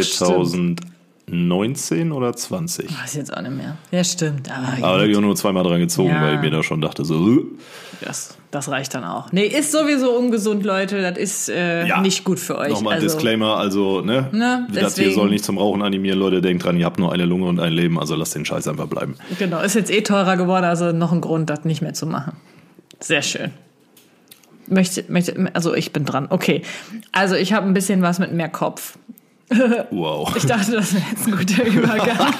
zweitausendneunzehn oder zwanzig? Weiß jetzt auch nicht mehr. Ja, stimmt. Aber, Aber da habe ich auch nur zweimal dran gezogen, Ja. weil ich mir da schon dachte, so... Uh. das, das reicht dann auch. Nee, ist sowieso ungesund, Leute. Das ist äh, Ja. nicht gut für euch. Nochmal ein also, Disclaimer, also, ne, Ne, das hier deswegen- soll nicht zum Rauchen animieren, Leute, denkt dran, ihr habt nur eine Lunge und ein Leben, also lasst den Scheiß einfach bleiben. Genau, ist jetzt eh teurer geworden, also noch ein Grund, das nicht mehr zu machen. Sehr schön. Möchte, möchte, also ich bin dran. Okay, also ich habe ein bisschen was mit mehr Kopf. Wow. Ich dachte, das wäre jetzt ein guter Übergang.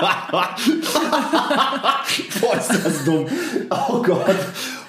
Boah, ist das dumm. Oh Gott.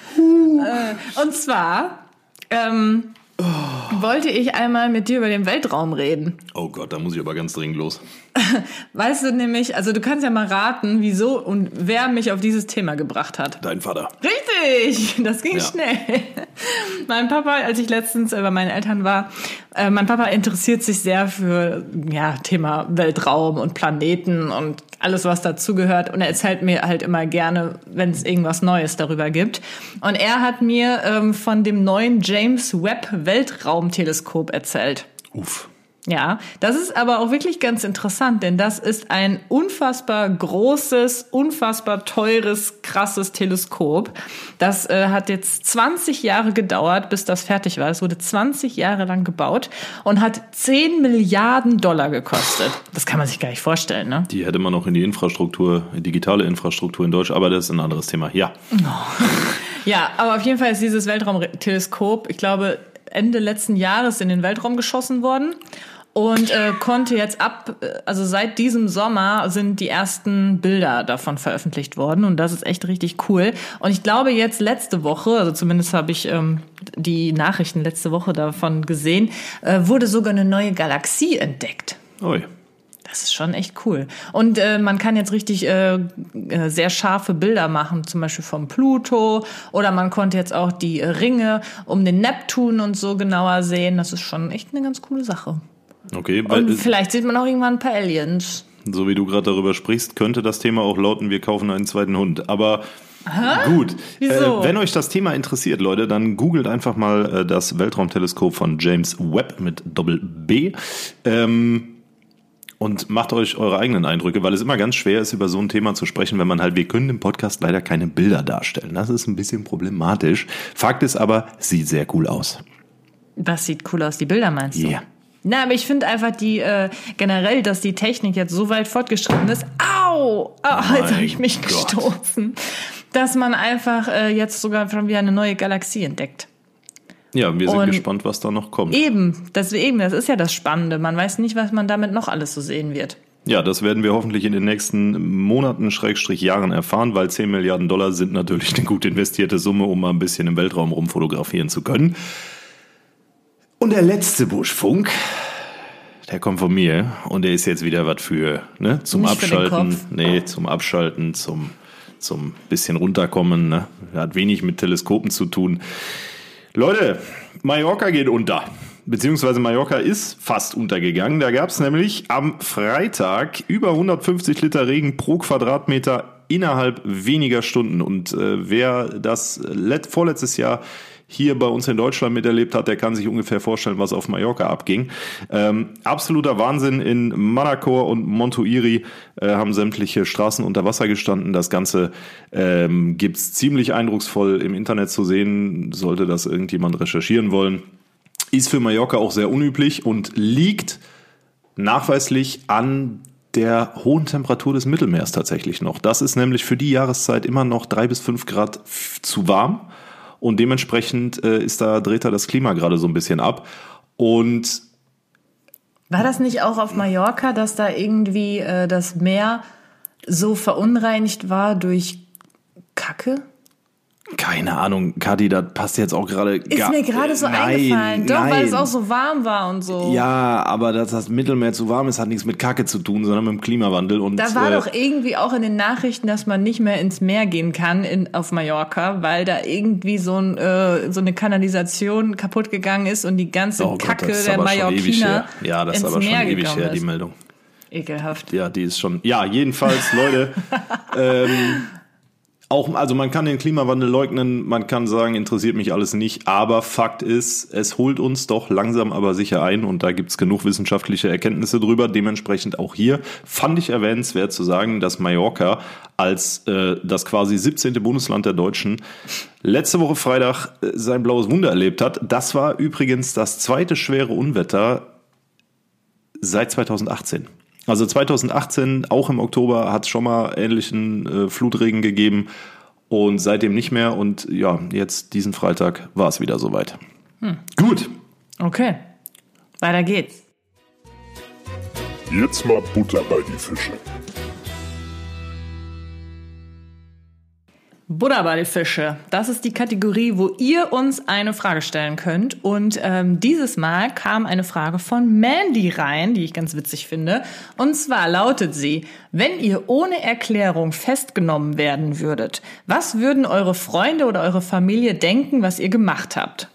Und zwar ähm, wollte ich einmal mit dir über den Weltraum reden. Oh Gott, da muss ich aber ganz dringend los. Weißt du nämlich, also du kannst ja mal raten, wieso und wer mich auf dieses Thema gebracht hat. Dein Vater. Richtig, das ging Ja. schnell. Mein Papa, als ich letztens bei meinen Eltern war, äh, mein Papa interessiert sich sehr für ja Thema Weltraum und Planeten und alles, was dazugehört. Und er erzählt mir halt immer gerne, wenn es irgendwas Neues darüber gibt. Und er hat mir ähm, von dem neuen James Webb Weltraumteleskop erzählt. Uff. Ja, das ist aber auch wirklich ganz interessant, denn das ist ein unfassbar großes, unfassbar teures, krasses Teleskop. Das äh, hat jetzt zwanzig Jahre gedauert, bis das fertig war. Es wurde zwanzig Jahre lang gebaut und hat zehn Milliarden Dollar gekostet. Das kann man sich gar nicht vorstellen, ne? Die hätte man noch in die Infrastruktur, digitale Infrastruktur in Deutsch, aber das ist ein anderes Thema. Ja. Ja, aber auf jeden Fall ist dieses Weltraumteleskop, ich glaube, Ende letzten Jahres in den Weltraum geschossen worden. Und äh, konnte jetzt ab, also seit diesem Sommer sind die ersten Bilder davon veröffentlicht worden. Und das ist echt richtig cool. Und ich glaube jetzt letzte Woche, also zumindest habe ich ähm, die Nachrichten letzte Woche davon gesehen, äh, wurde sogar eine neue Galaxie entdeckt. Oi. Das ist schon echt cool. Und äh, man kann jetzt richtig äh, äh, sehr scharfe Bilder machen, zum Beispiel vom Pluto. Oder man konnte jetzt auch die Ringe um den Neptun und so genauer sehen. Das ist schon echt eine ganz coole Sache. Okay, Und weil, vielleicht sieht man auch irgendwann ein paar Aliens. so wie du gerade darüber sprichst, könnte das Thema auch lauten, wir kaufen einen zweiten Hund. Aber gut, Wieso? Äh, wenn euch das Thema interessiert, Leute, dann googelt einfach mal äh, das Weltraumteleskop von James Webb mit Doppel-B. Ähm, und macht euch eure eigenen Eindrücke, weil es immer ganz schwer ist, über so ein Thema zu sprechen, wenn man halt, wir können im Podcast leider keine Bilder darstellen. Das ist ein bisschen problematisch. Fakt ist aber, sieht sehr cool aus. Das sieht cool aus, die Bilder meinst du? Ja. Na, aber ich finde einfach die äh, generell, dass die Technik jetzt so weit fortgeschritten ist. Au! Oh, jetzt habe ich mich Gott. gestoßen. Dass man einfach äh, jetzt sogar schon wieder eine neue Galaxie entdeckt. Ja, wir sind Und gespannt, was da noch kommt. Eben, deswegen, das ist ja das Spannende. Man weiß nicht, was man damit noch alles so sehen wird. Ja, das werden wir hoffentlich in den nächsten Monaten, Schrägstrich Jahren erfahren, weil zehn Milliarden Dollar sind natürlich eine gut investierte Summe, um mal ein bisschen im Weltraum rumfotografieren zu können. Und der letzte Buschfunk, der kommt von mir und der ist jetzt wieder was für, ne, zum Nicht für den Abschalten. Kopf. Nee, zum Abschalten, zum, zum bisschen runterkommen, ne. Hat wenig mit Teleskopen zu tun. Leute, Mallorca geht unter. Beziehungsweise Mallorca ist fast untergegangen. Da gab es nämlich am Freitag über hundertfünfzig Liter Regen pro Quadratmeter innerhalb weniger Stunden. Und äh, wer das let- vorletztes Jahr hier bei uns in Deutschland miterlebt hat, der kann sich ungefähr vorstellen, was auf Mallorca abging. Ähm, absoluter Wahnsinn. In Manacor und Montuiri äh, haben sämtliche Straßen unter Wasser gestanden. Das Ganze ähm, gibt's ziemlich eindrucksvoll im Internet zu sehen, sollte das irgendjemand recherchieren wollen. Ist für Mallorca auch sehr unüblich und liegt nachweislich an der hohen Temperatur des Mittelmeers tatsächlich noch. Das ist nämlich für die Jahreszeit immer noch drei bis fünf Grad f- zu warm. Und dementsprechend äh, ist da, dreht da das Klima gerade so ein bisschen ab. Und War das nicht auch auf Mallorca, dass da irgendwie äh, das Meer so verunreinigt war durch Kacke? keine Ahnung, Kati, das passt jetzt auch gerade Ist gar mir gerade so nein, eingefallen. Doch, nein. weil es auch so warm war und so. Ja, aber dass das Mittelmeer zu warm ist, hat nichts mit Kacke zu tun, sondern mit dem Klimawandel. Und, Da war äh, doch irgendwie auch in den Nachrichten, dass man nicht mehr ins Meer gehen kann in, auf Mallorca, weil da irgendwie so, ein, äh, so eine Kanalisation kaputt gegangen ist und die ganze oh Gott, Kacke das ist der aber schon ewig Mallorquiner her. Ja, das ist ins aber schon Meer ewig gekommen her, die ist. Meldung. Ekelhaft. Ja, die ist schon. Ja, jedenfalls, Leute. ähm, auch, also man kann den Klimawandel leugnen, man kann sagen, interessiert mich alles nicht, aber Fakt ist, es holt uns doch langsam aber sicher ein und da gibt's genug wissenschaftliche Erkenntnisse drüber. Dementsprechend auch hier fand ich erwähnenswert zu sagen, dass Mallorca als äh, das quasi siebzehnte Bundesland der Deutschen letzte Woche Freitag äh, sein blaues Wunder erlebt hat. Das war übrigens das zweite schwere Unwetter seit zweitausendachtzehn. Also zweitausendachtzehn, auch im Oktober, hat es schon mal ähnlichen äh, Flutregen gegeben und seitdem nicht mehr. Und ja, jetzt diesen Freitag war es wieder soweit. Hm. Gut. Okay, weiter geht's. Jetzt mal Butter bei die Fische. Butter bei die Fische. Das ist die Kategorie, wo ihr uns eine Frage stellen könnt. Und ähm, dieses Mal kam eine Frage von Mandy rein, die ich ganz witzig finde. Und zwar lautet sie: Wenn ihr ohne Erklärung festgenommen werden würdet, was würden eure Freunde oder eure Familie denken, was ihr gemacht habt?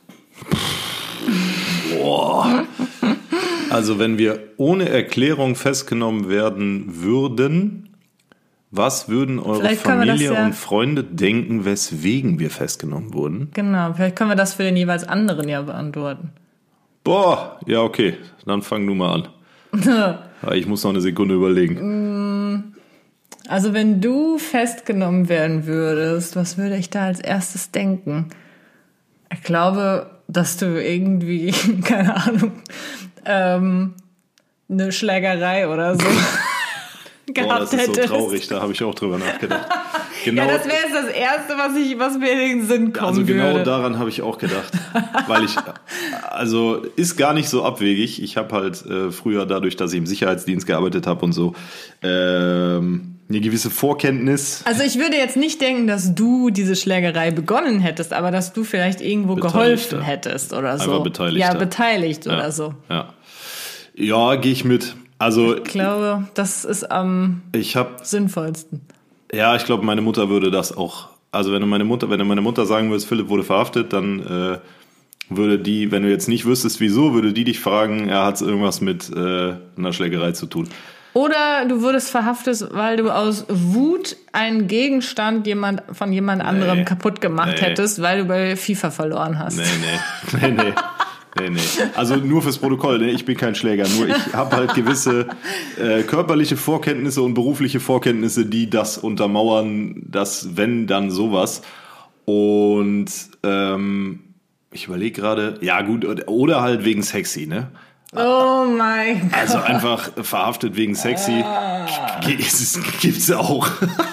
Boah. Also wenn wir ohne Erklärung festgenommen werden würden, was würden eure Vielleicht können wir das Familie ja- und Freunde denken, weswegen wir festgenommen wurden? Genau, vielleicht können wir das für den jeweils anderen ja beantworten. Boah, ja okay, dann fang du mal an. Ja, ich muss noch eine Sekunde überlegen. Also wenn du festgenommen werden würdest, was würde ich da als erstes denken? Ich glaube, dass du irgendwie, keine Ahnung, ähm, eine Schlägerei oder so Boah, gehabt das ist so hättest. traurig, da habe ich auch drüber nachgedacht. Genau, Ja, das wäre jetzt das Erste, was, ich, was mir in den Sinn kommen also genau würde. daran habe ich auch gedacht, weil ich, also ist gar nicht so abwegig. Ich habe halt äh, früher dadurch, dass ich im Sicherheitsdienst gearbeitet habe und so, ähm, eine gewisse Vorkenntnis. Also ich würde jetzt nicht denken, dass du diese Schlägerei begonnen hättest, aber dass du vielleicht irgendwo Beteiligter. geholfen hättest oder so. Einfach Beteiligter. Ja, beteiligt Ja, oder so. Ja, ja gehe ich mit. Also Ich glaube, das ist am ich habe, sinnvollsten. ja, ich glaube, meine Mutter würde das auch. Also wenn du meine Mutter, wenn du meine Mutter sagen würdest, Philipp wurde verhaftet, dann äh, würde die, wenn du jetzt nicht wüsstest, wieso, würde die dich fragen, ja, hat es irgendwas mit äh, einer Schlägerei zu tun? Oder du wurdest verhaftet, weil du aus Wut einen Gegenstand jemand, von jemand anderem Nee. kaputt gemacht Nee. hättest, weil du bei FIFA verloren hast. Nee, nee, nee, nee. Nee, nee. Also nur fürs Protokoll, ne? Ich bin kein Schläger, nur ich habe halt gewisse äh, körperliche Vorkenntnisse und berufliche Vorkenntnisse, die das untermauern, dass wenn, dann sowas. Und ähm, ich überlege gerade, ja gut, oder halt wegen sexy, ne? Oh mein Gott. Also einfach verhaftet wegen sexy gibt's auch.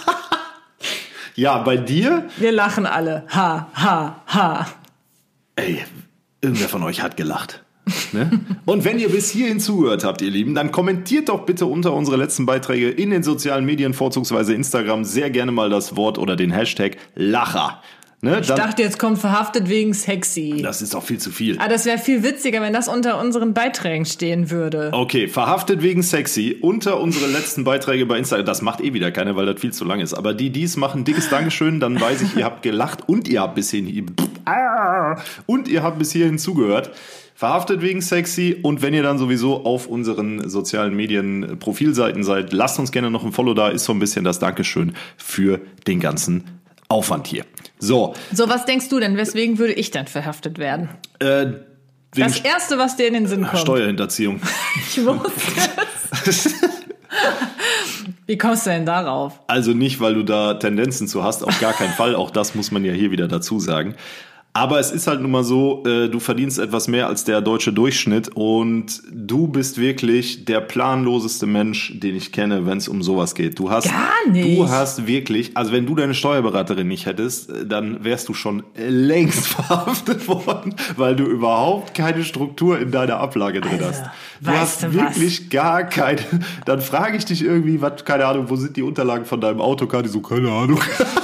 Ja, bei dir? Wir lachen alle. Ha, ha, ha. Ey, irgendwer von euch hat gelacht. Ne? Und wenn ihr bis hierhin zugehört habt, ihr Lieben, dann kommentiert doch bitte unter unsere letzten Beiträge in den sozialen Medien, vorzugsweise Instagram, sehr gerne mal das Wort oder den Hashtag Lacher. Ne, ich dann, dachte, jetzt kommt verhaftet wegen sexy. Das ist doch viel zu viel. Ah, das wäre viel witziger, wenn das unter unseren Beiträgen stehen würde. Okay, verhaftet wegen sexy unter unsere letzten Beiträge bei Instagram. Das macht eh wieder keiner, weil das viel zu lang ist. Aber die, die es machen, dickes Dankeschön. Dann weiß ich, ihr habt gelacht und ihr habt bis hierhin und ihr habt bis hierhin zugehört. Verhaftet wegen sexy. Und wenn ihr dann sowieso auf unseren sozialen Medien Profilseiten seid, lasst uns gerne noch ein Follow da. Ist so ein bisschen das Dankeschön für den ganzen Aufwand hier. So. So, was denkst du denn? Weswegen würde ich dann verhaftet werden? Äh, das Erste, was dir in den Sinn kommt. Steuerhinterziehung. Ich wusste es. Wie kommst du denn darauf? Also nicht, weil du da Tendenzen zu hast, auf gar keinen Fall. Auch das muss man ja hier wieder dazu sagen. Aber es ist halt nun mal so, äh, du verdienst etwas mehr als der deutsche Durchschnitt und du bist wirklich der planloseste Mensch, den ich kenne, wenn es um sowas geht. Du hast, Gar nicht. Du hast wirklich, also wenn du deine Steuerberaterin nicht hättest, dann wärst du schon längst verhaftet worden, weil du überhaupt keine Struktur in deiner Ablage drin also, hast. Du weißt hast du wirklich was? gar keine. Dann frage ich dich irgendwie, was, keine Ahnung, wo sind die Unterlagen von deinem Auto? Kann ich so, keine Ahnung.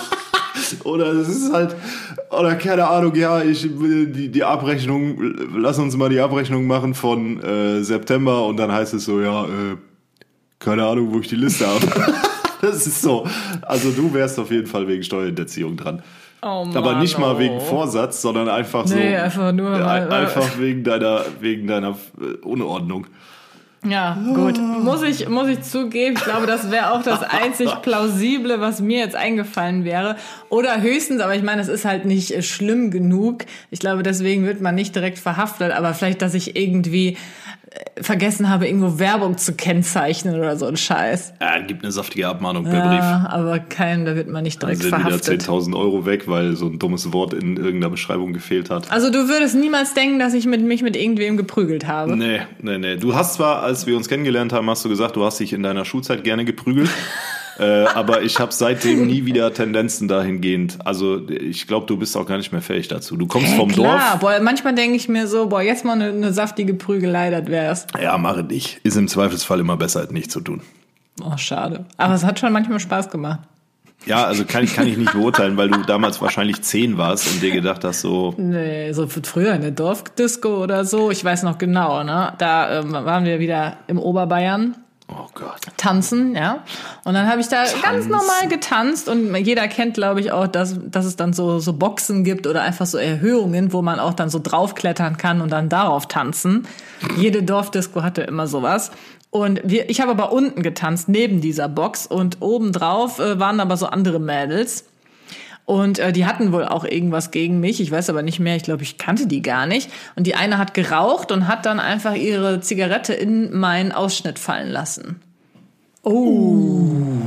Oder es ist halt, oder keine Ahnung, ja, ich die, die Abrechnung, lass uns mal die Abrechnung machen von äh, September und dann heißt es so, ja, äh, keine Ahnung, wo ich die Liste habe. Das ist so. Also du wärst auf jeden Fall wegen Steuerhinterziehung dran. Oh Mann, aber nicht mal oh. wegen Vorsatz, sondern einfach so. Nee, einfach nur ja, mal, einfach wegen deiner, wegen deiner Unordnung. Ja, gut. Muss ich, muss ich zugeben. Ich glaube, das wäre auch das einzig Plausible, was mir jetzt eingefallen wäre. Oder höchstens, aber ich meine, es ist halt nicht schlimm genug. Ich glaube, deswegen wird man nicht direkt verhaftet. Aber vielleicht, dass ich irgendwie vergessen habe, irgendwo Werbung zu kennzeichnen oder so ein Scheiß. Ja, gibt eine saftige Abmahnung per ja, Brief. Aber kein, da wird man nicht direkt Dann sind verhaftet. wieder zehntausend Euro weg, weil so ein dummes Wort in irgendeiner Beschreibung gefehlt hat. Also du würdest niemals denken, dass ich mit mich mit irgendwem geprügelt habe? Nee, nee, nee. Du hast zwar, als wir uns kennengelernt haben, hast du gesagt, du hast dich in deiner Schulzeit gerne geprügelt. äh, aber ich habe seitdem nie wieder Tendenzen dahingehend. Also ich glaube, du bist auch gar nicht mehr fähig dazu. Du kommst hey, vom klar. Dorf. Boah, manchmal denke ich mir so, boah, jetzt mal eine, eine saftige Prügelei, das wär's. Ja, mache dich. Ist im Zweifelsfall immer besser, als nichts zu tun. Oh, schade. Aber es hat schon manchmal Spaß gemacht. Ja, also kann ich, kann ich nicht beurteilen, weil du damals wahrscheinlich zehn warst und dir gedacht hast, so... Nee, so früher in der Dorfdisco oder so. Ich weiß noch genau, ne? Da ähm, waren wir wieder im Oberbayern. Oh Gott. Tanzen, ja. Und dann habe ich da Tanzen. ganz normal getanzt und jeder kennt, glaube ich, auch, dass, dass es dann so, so Boxen gibt oder einfach so Erhöhungen, wo man auch dann so draufklettern kann und dann darauf tanzen. Jede Dorfdisco hatte immer sowas. Und wir, ich habe aber unten getanzt, neben dieser Box und obendrauf äh, waren aber so andere Mädels. Und äh, die hatten wohl auch irgendwas gegen mich. Ich weiß aber nicht mehr. Ich glaube, ich kannte die gar nicht. Und die eine hat geraucht und hat dann einfach ihre Zigarette in meinen Ausschnitt fallen lassen. Oh. Uh.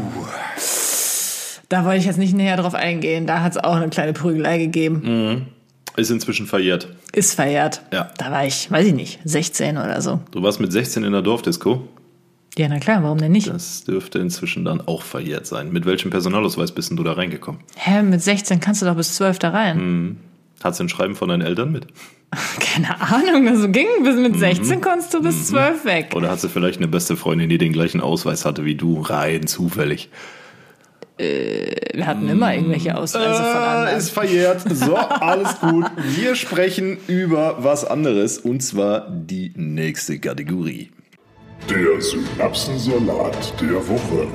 Da wollte ich jetzt nicht näher drauf eingehen. Da hat es auch eine kleine Prügelei gegeben. Mhm. Ist inzwischen verjährt. Ist verjährt. Ja. Da war ich, weiß ich nicht, sechzehn oder so. Du warst mit sechzehn in der Dorfdisco? Ja, na klar, warum denn nicht? Das dürfte inzwischen dann auch verjährt sein. Mit welchem Personalausweis bist denn du da reingekommen? Hä, mit sechzehn kannst du doch bis zwölf da rein. Hm. Hast du ein Schreiben von deinen Eltern mit? Keine Ahnung, das ging. Bis mit sechzehn konntest du bis zwölf weg. Oder hast du vielleicht eine beste Freundin, die den gleichen Ausweis hatte wie du? Rein zufällig. Äh, wir hatten immer irgendwelche Ausweise von anderen. Äh, ist verjährt. So, alles gut. Wir sprechen über was anderes. Und zwar die nächste Kategorie. Der Synapsensalat der Woche.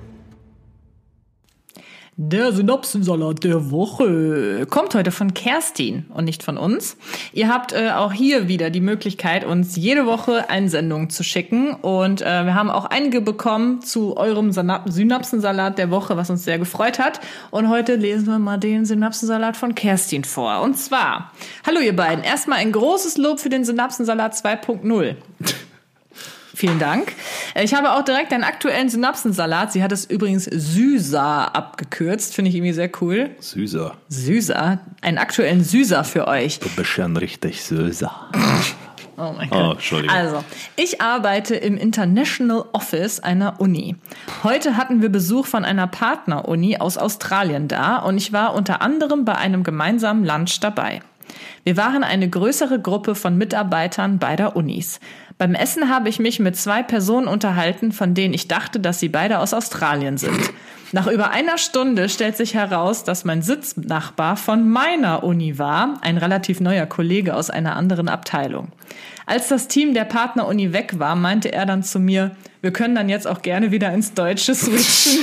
Der Synapsensalat der Woche kommt heute von Kerstin und nicht von uns. Ihr habt äh, auch hier wieder die Möglichkeit, uns jede Woche Einsendungen zu schicken. Und äh, wir haben auch einige bekommen zu eurem Synapsensalat der Woche, was uns sehr gefreut hat. Und heute lesen wir mal den Synapsensalat von Kerstin vor. Und zwar, hallo ihr beiden, erstmal ein großes Lob für den Synapsensalat zwei Punkt null. Vielen Dank. Ich habe auch direkt einen aktuellen Synapsensalat. Sie hat es übrigens Süßer abgekürzt. Finde ich irgendwie sehr cool. Süßer. Süßer. Einen aktuellen Süßer für euch. Du bist schon richtig Süßer. Oh mein Oh, Gott. Entschuldigung. Also, ich arbeite im International Office einer Uni. Heute hatten wir Besuch von einer Partner-Uni aus Australien da und ich war unter anderem bei einem gemeinsamen Lunch dabei. Wir waren eine größere Gruppe von Mitarbeitern beider Unis. Beim Essen habe ich mich mit zwei Personen unterhalten, von denen ich dachte, dass sie beide aus Australien sind. Nach über einer Stunde stellt sich heraus, dass mein Sitznachbar von meiner Uni war, ein relativ neuer Kollege aus einer anderen Abteilung. Als das Team der Partneruni weg war, meinte er dann zu mir, wir können dann jetzt auch gerne wieder ins Deutsche switchen.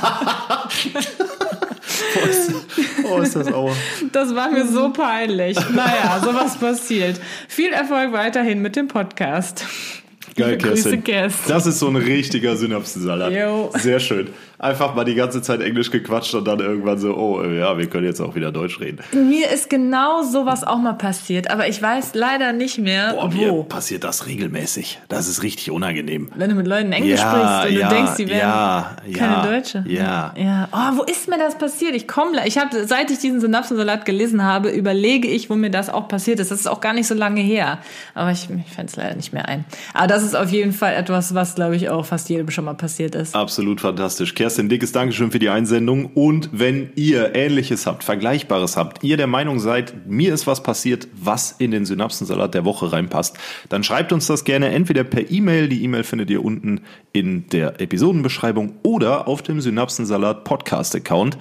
Oh, ist, oh, ist das auch. Das war mir so peinlich. Naja, sowas passiert. Viel Erfolg weiterhin mit dem Podcast. Geil, Grüße, Kerstin. Kerstin. Das ist so ein richtiger Synapsensalat. Jo. Sehr schön. Einfach mal die ganze Zeit Englisch gequatscht und dann irgendwann so, oh ja, wir können jetzt auch wieder Deutsch reden. Mir ist genau sowas auch mal passiert, aber ich weiß leider nicht mehr, Boah, wo. mir passiert das regelmäßig. Das ist richtig unangenehm. Wenn du mit Leuten Englisch Ja, sprichst und ja, du denkst, die wären ja, keine ja, Deutsche. ja. ja. Oh, wo ist mir das passiert? Ich komme, ich habe, seit ich diesen Synapsensalat gelesen habe, überlege ich, wo mir das auch passiert ist. Das ist auch gar nicht so lange her, aber ich, ich fände es leider nicht mehr ein. Aber das ist auf jeden Fall etwas, was, glaube ich, auch fast jedem schon mal passiert ist. Absolut fantastisch. Kerstin, dickes Dankeschön für die Einsendung. Und wenn ihr Ähnliches habt, Vergleichbares habt, ihr der Meinung seid, mir ist was passiert, was in den Synapsensalat der Woche reinpasst, dann schreibt uns das gerne entweder per E-Mail, die E-Mail findet ihr unten in der Episodenbeschreibung oder auf dem Synapsensalat Podcast-Account.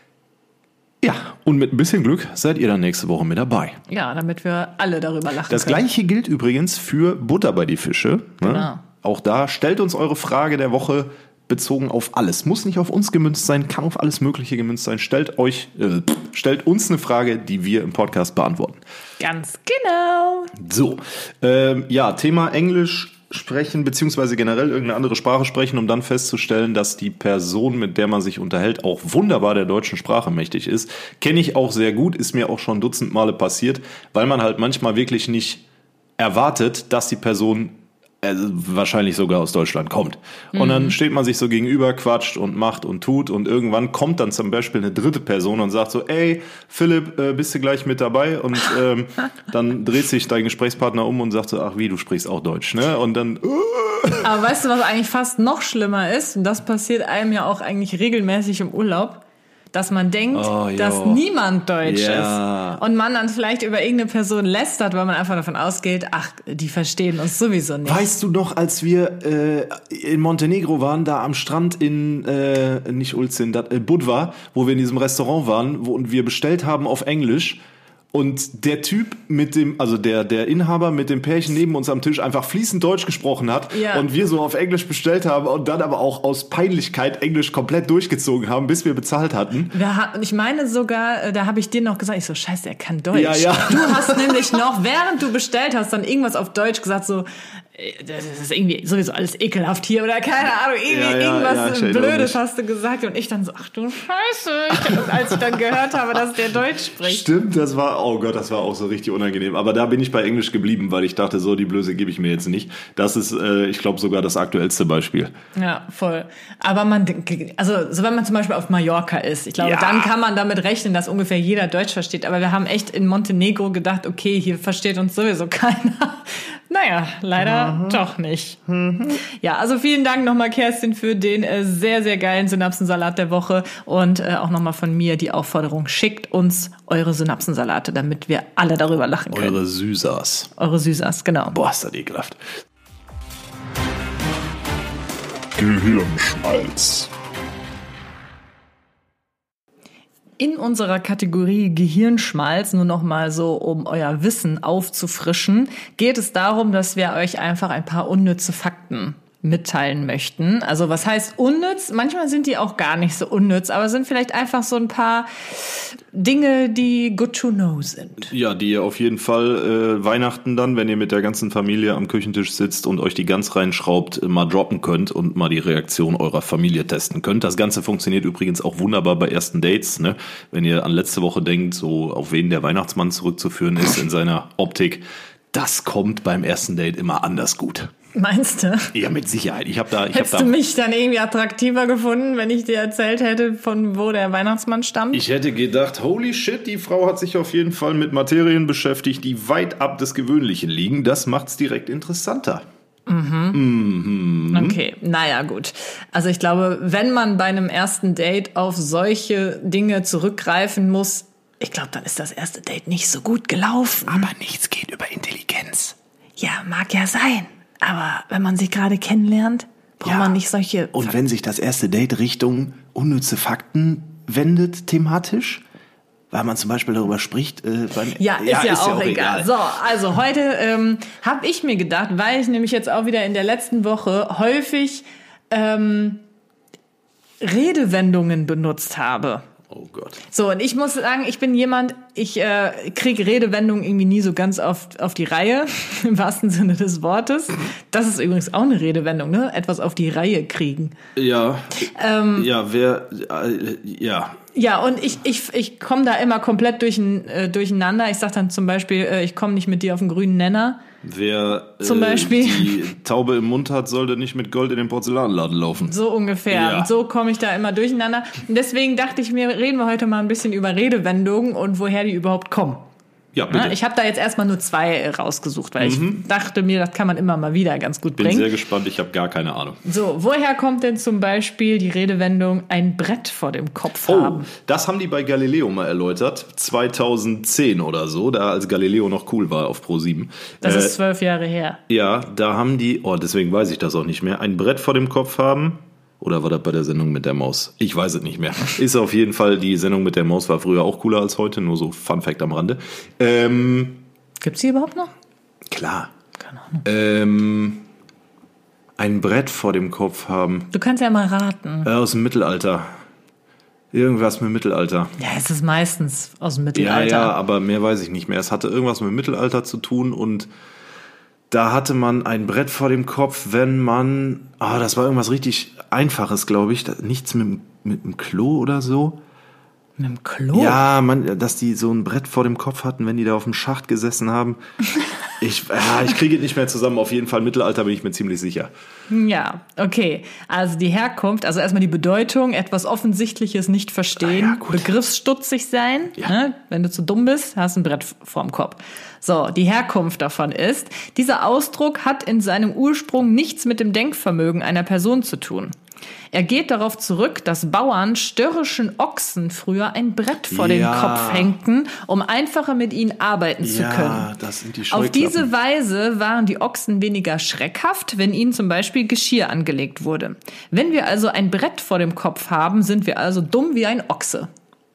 Ja, und mit ein bisschen Glück seid ihr dann nächste Woche mit dabei. Ja, damit wir alle darüber lachen Das können. Gleiche gilt übrigens für Butter bei die Fische. Ne? Genau. Auch da stellt uns eure Frage der Woche bezogen auf alles. Muss nicht auf uns gemünzt sein, kann auf alles Mögliche gemünzt sein. Stellt euch, äh, stellt uns eine Frage, die wir im Podcast beantworten. Ganz genau. So, ähm, ja, Thema Englisch sprechen, beziehungsweise generell irgendeine andere Sprache sprechen, um dann festzustellen, dass die Person, mit der man sich unterhält, auch wunderbar der deutschen Sprache mächtig ist. Kenne ich auch sehr gut, ist mir auch schon dutzend Male passiert, weil man halt manchmal wirklich nicht erwartet, dass die Person also wahrscheinlich sogar aus Deutschland kommt. Und mhm. dann steht man sich so gegenüber, quatscht und macht und tut und irgendwann kommt dann zum Beispiel eine dritte Person und sagt so, ey, Philipp, äh, bist du gleich mit dabei? Und ähm, dann dreht sich dein Gesprächspartner um und sagt so, ach wie, du sprichst auch Deutsch, ne? Und dann... Uh. Aber weißt du, was eigentlich fast noch schlimmer ist? Und das passiert einem ja auch eigentlich regelmäßig im Urlaub. Dass man denkt, oh, dass niemand Deutsch ja. ist. Und man dann vielleicht über irgendeine Person lästert, weil man einfach davon ausgeht, ach, die verstehen uns sowieso nicht. Weißt du noch, als wir äh, in Montenegro waren, da am Strand in, äh, nicht Ulzin, dat, äh, Budva, wo wir in diesem Restaurant waren, wo und wir bestellt haben auf Englisch. Und der Typ mit dem, also der, der Inhaber mit dem Pärchen neben uns am Tisch einfach fließend Deutsch gesprochen hat ja. und wir so auf Englisch bestellt haben und dann aber auch aus Peinlichkeit Englisch komplett durchgezogen haben, bis wir bezahlt hatten. Wir, ich meine sogar, da habe ich dir noch gesagt, ich so, scheiße, er kann Deutsch. Ja, ja. Du hast nämlich noch, während du bestellt hast, dann irgendwas auf Deutsch gesagt, so, das ist irgendwie sowieso alles ekelhaft hier oder keine Ahnung, irgendwie ja, ja, irgendwas ja, Blödes hast du gesagt und ich dann so, ach du Scheiße, als ich dann gehört habe, dass der Deutsch spricht. Stimmt, das war, oh Gott, das war auch so richtig unangenehm. Aber da bin ich bei Englisch geblieben, weil ich dachte, so die Blöße gebe ich mir jetzt nicht. Das ist, äh, ich glaube, sogar das aktuellste Beispiel. Ja, voll. Aber man, also so wenn man zum Beispiel auf Mallorca ist, ich glaube, ja. dann kann man damit rechnen, dass ungefähr jeder Deutsch versteht. Aber wir haben echt in Montenegro gedacht, okay, hier versteht uns sowieso keiner. Naja, leider mhm. doch nicht. Mhm. Ja, also vielen Dank nochmal, Kerstin, für den äh, sehr, sehr geilen Synapsensalat der Woche und äh, auch nochmal von mir die Aufforderung, schickt uns eure Synapsensalate, damit wir alle darüber lachen können. Eure Süßers. Eure Süßers, genau. Boah, ist das ekelhaft. Gehirnschmalz. In unserer Kategorie Gehirnschmalz, nur noch mal so, um euer Wissen aufzufrischen, geht es darum, dass wir euch einfach ein paar unnütze Fakten mitteilen möchten. Also was heißt unnütz? Manchmal sind die auch gar nicht so unnütz, aber sind vielleicht einfach so ein paar Dinge, die good to know sind. Ja, die ihr auf jeden Fall äh, Weihnachten dann, wenn ihr mit der ganzen Familie am Küchentisch sitzt und euch die Gans reinschraubt, mal droppen könnt und mal die Reaktion eurer Familie testen könnt. Das Ganze funktioniert übrigens auch wunderbar bei ersten Dates, ne? Wenn ihr an letzte Woche denkt, so auf wen der Weihnachtsmann zurückzuführen ist in seiner Optik, das kommt beim ersten Date immer anders gut. Meinst du? Ja, mit Sicherheit. Ich hab da, ich Hättest hab da, du mich dann irgendwie attraktiver gefunden, wenn ich dir erzählt hätte, von wo der Weihnachtsmann stammt? Ich hätte gedacht, holy shit, die Frau hat sich auf jeden Fall mit Materien beschäftigt, die weit ab des Gewöhnlichen liegen. Das macht's direkt interessanter. Mhm. Mhm. Okay, naja, gut. Also ich glaube, wenn man bei einem ersten Date auf solche Dinge zurückgreifen muss, ich glaube, dann ist das erste Date nicht so gut gelaufen. Aber nichts geht über Intelligenz. Ja, mag ja sein. Aber wenn man sich gerade kennenlernt, braucht Ja. man nicht solche... Und wenn sich das erste Date Richtung unnütze Fakten wendet, thematisch, weil man zum Beispiel darüber spricht, äh, beim, Ja, ist ja, auch, egal. So, also heute ähm, habe ich mir gedacht, weil ich nämlich jetzt auch wieder in der letzten Woche häufig ähm, Redewendungen benutzt habe. Oh Gott. So, und ich muss sagen, ich bin jemand, ich äh, kriege Redewendungen irgendwie nie so ganz auf, auf die Reihe, im wahrsten Sinne des Wortes. Das ist übrigens auch eine Redewendung, ne? Etwas auf die Reihe kriegen. Ja, ähm, ja, wer, äh, ja. Ja, und ich, ich, ich komme da immer komplett durch, äh, durcheinander. Ich sage dann zum Beispiel, äh, ich komme nicht mit dir auf den grünen Nenner. Wer Zum äh, Beispiel. die Taube im Mund hat, sollte nicht mit Gold in den Porzellanladen laufen. So ungefähr. Ja. Und so komme ich da immer durcheinander. Und deswegen dachte ich mir, reden wir heute mal ein bisschen über Redewendungen und woher die überhaupt kommen. Ja, bitte. Ja, ich habe da jetzt erstmal nur zwei rausgesucht, weil mhm. ich dachte mir, das kann man immer mal wieder ganz gut Bin bringen. Bin sehr gespannt, ich habe gar keine Ahnung. So, woher kommt denn zum Beispiel die Redewendung ein Brett vor dem Kopf oh, haben? Das haben die bei Galileo mal erläutert, zweitausendzehn oder so, da als Galileo noch cool war auf Pro sieben. Das äh, ist zwölf Jahre her. Ja, da haben die, oh, deswegen weiß ich das auch nicht mehr, ein Brett vor dem Kopf haben. Oder war das bei der Sendung mit der Maus? Ich weiß es nicht mehr. Ist auf jeden Fall, die Sendung mit der Maus war früher auch cooler als heute, nur so Fun Fact am Rande. Ähm, Gibt's die überhaupt noch? Klar. Keine Ahnung. Ähm, ein Brett vor dem Kopf haben. Du kannst ja mal raten. Äh, aus dem Mittelalter. Irgendwas mit Mittelalter. Ja, es ist meistens aus dem Mittelalter. Ja, ja, aber mehr weiß ich nicht mehr. Es hatte irgendwas mit Mittelalter zu tun und da hatte man ein Brett vor dem Kopf, wenn man, ah, das war irgendwas richtig Einfaches, glaube ich, nichts mit, mit dem Klo oder so. Mit dem Klo? Ja, man, dass die so ein Brett vor dem Kopf hatten, wenn die da auf dem Schacht gesessen haben. Ich, ja, ich kriege es nicht mehr zusammen. Auf jeden Fall Mittelalter bin ich mir ziemlich sicher. Ja, okay. Also die Herkunft, also erstmal die Bedeutung, etwas Offensichtliches nicht verstehen, Ah, ja, begriffsstutzig sein. Ja. Ne? Wenn du zu dumm bist, hast du ein Brett vorm Kopf. So, die Herkunft davon ist, dieser Ausdruck hat in seinem Ursprung nichts mit dem Denkvermögen einer Person zu tun. Er geht darauf zurück, dass Bauern störrischen Ochsen früher ein Brett vor Ja. den Kopf hängten, um einfacher mit ihnen arbeiten zu können. Ja, das sind die Auf Scheuklappen. diese Weise waren die Ochsen weniger schreckhaft, wenn ihnen zum Beispiel Geschirr angelegt wurde. Wenn wir also ein Brett vor dem Kopf haben, sind wir also dumm wie ein Ochse.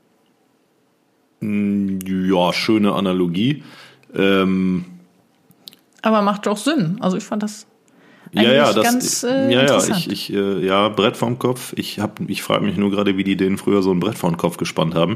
Ja, schöne Analogie. Ähm, Aber macht doch Sinn. Also ich fand das ja, eigentlich ja, das, ganz äh, ja, ja, interessant. ich, ich, äh, ja, Brett vorm Kopf. Ich hab, ich frage mich nur gerade, wie die denen früher so ein Brett vor den Kopf gespannt haben.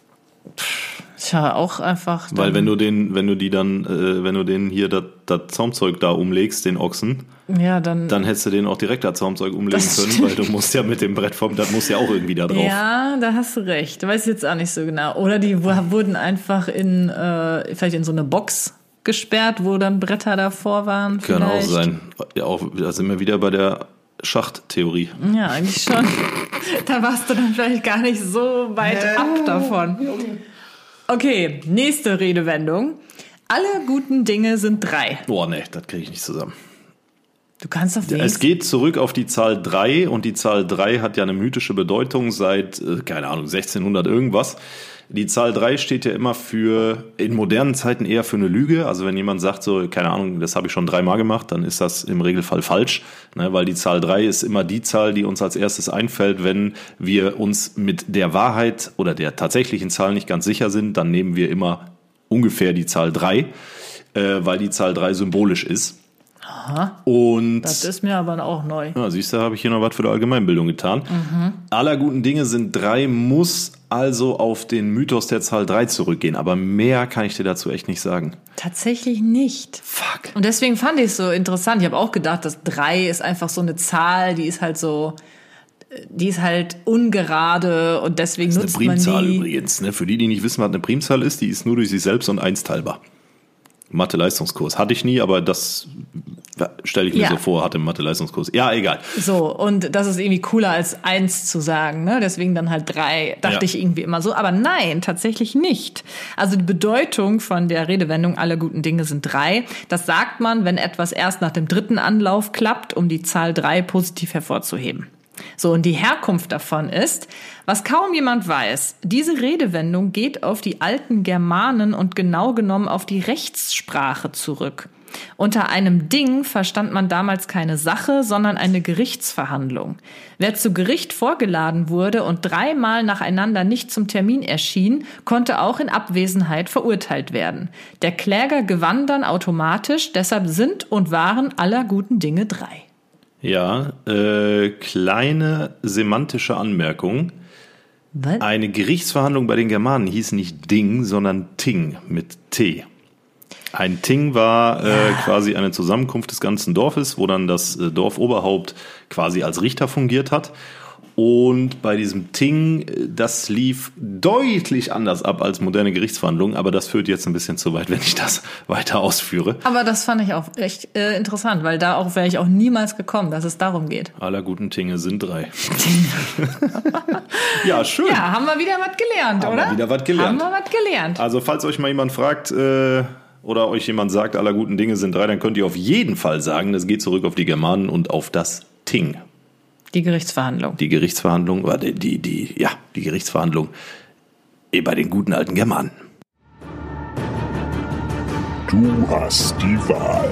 Tja, auch einfach. Weil wenn du den, wenn du die dann, äh, wenn du denen hier das Zaumzeug da umlegst, den Ochsen, ja, dann, dann hättest du den auch direkt das Zaumzeug umlegen Das können, stimmt. weil du musst ja mit dem Brett vom, das muss ja auch irgendwie da drauf. Ja, da hast du recht. Weiß ich jetzt auch nicht so genau. Oder die w- wurden einfach in, äh, vielleicht in so eine Box gesperrt, wo dann Bretter davor waren. Kann auch vielleicht. sein. Ja, auch, da sind wir wieder bei der Schachttheorie. Ja, eigentlich schon. Da warst du dann vielleicht gar nicht so weit ab davon. Okay, nächste Redewendung. Alle guten Dinge sind drei. Boah, nee, das kriege ich nicht zusammen. Du kannst auf Es wenigstens... geht zurück auf die Zahl drei und die Zahl drei hat ja eine mythische Bedeutung seit, äh, keine Ahnung, sechzehnhundert irgendwas. Die Zahl drei steht ja immer für, in modernen Zeiten eher für eine Lüge. Also wenn jemand sagt so, keine Ahnung, das habe ich schon dreimal gemacht, dann ist das im Regelfall falsch. Ne, weil die Zahl drei ist immer die Zahl, die uns als erstes einfällt, wenn wir uns mit der Wahrheit oder der tatsächlichen Zahl nicht ganz sicher sind, dann nehmen wir immer ungefähr die Zahl drei, äh, weil die Zahl drei symbolisch ist. Aha, Und das ist mir aber auch neu. ja, siehst du, habe ich hier noch was für die Allgemeinbildung getan. Mhm. Aller guten Dinge sind drei, muss also auf den Mythos der Zahl drei zurückgehen. Aber mehr kann ich dir dazu echt nicht sagen. Tatsächlich nicht. Fuck. Und deswegen fand ich es so interessant. Ich habe auch gedacht, dass drei ist einfach so eine Zahl, die ist halt so, die ist halt ungerade und deswegen Das ist nutzt eine Primzahl man die. übrigens. Ne? Für die, die nicht wissen, was eine Primzahl ist, die ist nur durch sich selbst und eins teilbar. Mathe-Leistungskurs hatte ich nie, aber das stelle ich mir Ja. so vor, hatte im Mathe-Leistungskurs. Ja, egal. So, und das ist irgendwie cooler als eins zu sagen, ne? Deswegen dann halt drei, dachte Ja. ich irgendwie immer so. Aber nein, tatsächlich nicht. Also die Bedeutung von der Redewendung, alle guten Dinge sind drei, das sagt man, wenn etwas erst nach dem dritten Anlauf klappt, um die Zahl drei positiv hervorzuheben. So, und die Herkunft davon ist, was kaum jemand weiß, diese Redewendung geht auf die alten Germanen und genau genommen auf die Rechtssprache zurück. Unter einem Ding verstand man damals keine Sache, sondern eine Gerichtsverhandlung. Wer zu Gericht vorgeladen wurde und dreimal nacheinander nicht zum Termin erschien, konnte auch in Abwesenheit verurteilt werden. Der Kläger gewann dann automatisch, deshalb sind und waren aller guten Dinge drei. Ja, äh, kleine semantische Anmerkung. Was? Eine Gerichtsverhandlung bei den Germanen hieß nicht Ding, sondern Ting mit T. Ein Ting war äh, ja. quasi eine Zusammenkunft des ganzen Dorfes, wo dann das äh, Dorfoberhaupt quasi als Richter fungiert hat. Und bei diesem Ting, das lief deutlich anders ab als moderne Gerichtsverhandlungen, aber das führt jetzt ein bisschen zu weit, wenn ich das weiter ausführe. Aber das fand ich auch echt äh, interessant, weil da auch wäre ich auch niemals gekommen, dass es darum geht. Aller guten Tinge sind drei. Ja, schön. Ja, haben wir wieder was gelernt, haben oder? Haben wir wieder was gelernt. Haben wir was gelernt. Also falls euch mal jemand fragt äh, oder euch jemand sagt, aller guten Dinge sind drei, dann könnt ihr auf jeden Fall sagen, das geht zurück auf die Germanen und auf das Ting. Die Gerichtsverhandlung. Die Gerichtsverhandlung, oder die, die, die, ja, die Gerichtsverhandlung bei den guten alten Germanen. Du hast die Wahl.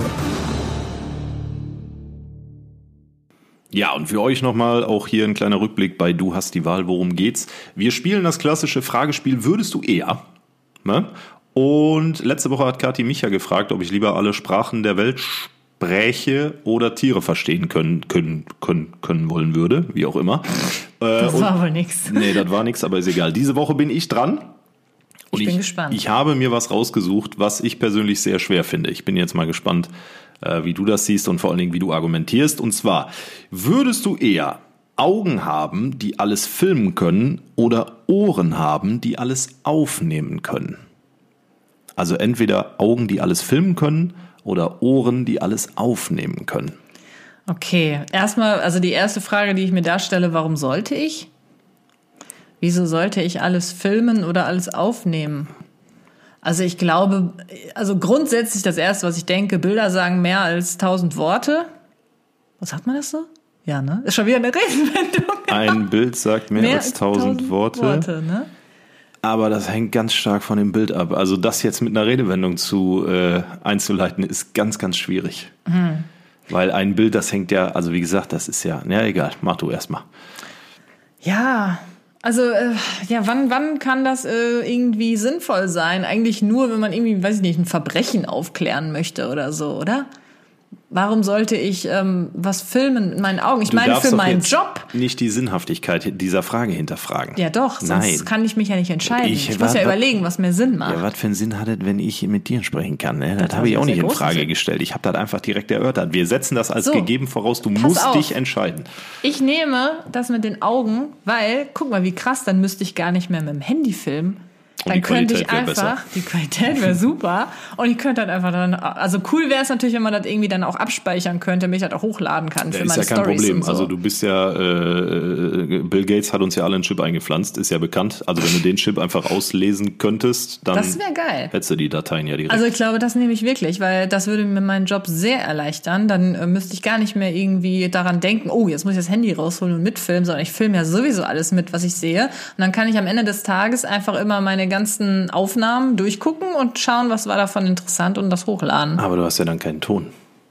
Ja, und für euch nochmal auch hier ein kleiner Rückblick bei Du hast die Wahl, worum geht's? Wir spielen das klassische Fragespiel, würdest du eher? Ne? Und letzte Woche hat Kathi mich ja gefragt, ob ich lieber alle Sprachen der Welt spreche oder Tiere verstehen können, können, können, können wollen würde, wie auch immer. Das äh, war wohl nix. Nee, das war nix, aber ist egal. Diese Woche bin ich dran. Und ich bin ich, gespannt. Ich habe mir was rausgesucht, was ich persönlich sehr schwer finde. Ich bin jetzt mal gespannt, äh, wie du das siehst und vor allen Dingen, wie du argumentierst. Und zwar, würdest du eher Augen haben, die alles filmen können, oder Ohren haben, die alles aufnehmen können? Also entweder Augen, die alles filmen können, oder Ohren, die alles aufnehmen können. Okay, erstmal, also die erste Frage, die ich mir da stelle, warum sollte ich? Wieso sollte ich alles filmen oder alles aufnehmen? Also ich glaube, also grundsätzlich das Erste, was ich denke, Bilder sagen mehr als tausend Worte. Was sagt man das so? Ja, ne? Ist schon wieder eine Redewendung. Ein Bild sagt mehr, mehr als tausend Worte. Worte, ne? Aber das hängt ganz stark von dem Bild ab. Also das jetzt mit einer Redewendung zu äh, einzuleiten, ist ganz, ganz schwierig. Mhm. Weil ein Bild, das hängt ja, also wie gesagt, das ist ja, na egal, mach du erst mal. Ja, also äh, ja, wann, wann kann das äh, irgendwie sinnvoll sein? Eigentlich nur, wenn man irgendwie, weiß ich nicht, ein Verbrechen aufklären möchte oder so, oder? Warum sollte ich ähm, was filmen mit meinen Augen? Ich du meine, für meinen jetzt Job. Nicht die Sinnhaftigkeit dieser Frage hinterfragen. Ja doch, sonst Nein. kann ich mich ja nicht entscheiden. Ich, ich muss wat, ja überlegen, was mir Sinn macht. Ja, was für einen Sinn hat es, wenn ich mit dir sprechen kann? Ne? Das, das habe ich auch nicht in Frage Sinn. gestellt. Ich habe das einfach direkt erörtert. Wir setzen das als so, gegeben voraus. Du musst auf. dich entscheiden. Ich nehme das mit den Augen, weil, guck mal, wie krass, dann müsste ich gar nicht mehr mit dem Handy filmen. Dann könnte ich einfach, besser. die Qualität wäre super und ich könnte dann einfach dann, also cool wäre es natürlich, wenn man das irgendwie dann auch abspeichern könnte, damit ich das auch hochladen kann für ja, meine Storys. Ist ja kein Storys Problem, so. Also du bist ja, äh, Bill Gates hat uns ja alle einen Chip eingepflanzt, ist ja bekannt, also wenn du den Chip einfach auslesen könntest, dann das wäre geil. Hättest du die Dateien ja direkt. Also ich glaube, das nehme ich wirklich, weil das würde mir meinen Job sehr erleichtern, dann äh, müsste ich gar nicht mehr irgendwie daran denken, oh, jetzt muss ich das Handy rausholen und mitfilmen, sondern ich filme ja sowieso alles mit, was ich sehe und dann kann ich am Ende des Tages einfach immer meine ganzen Aufnahmen Aufnahmen durchgucken und schauen, was war davon interessant und das hochladen. Aber du hast ja dann keinen Ton.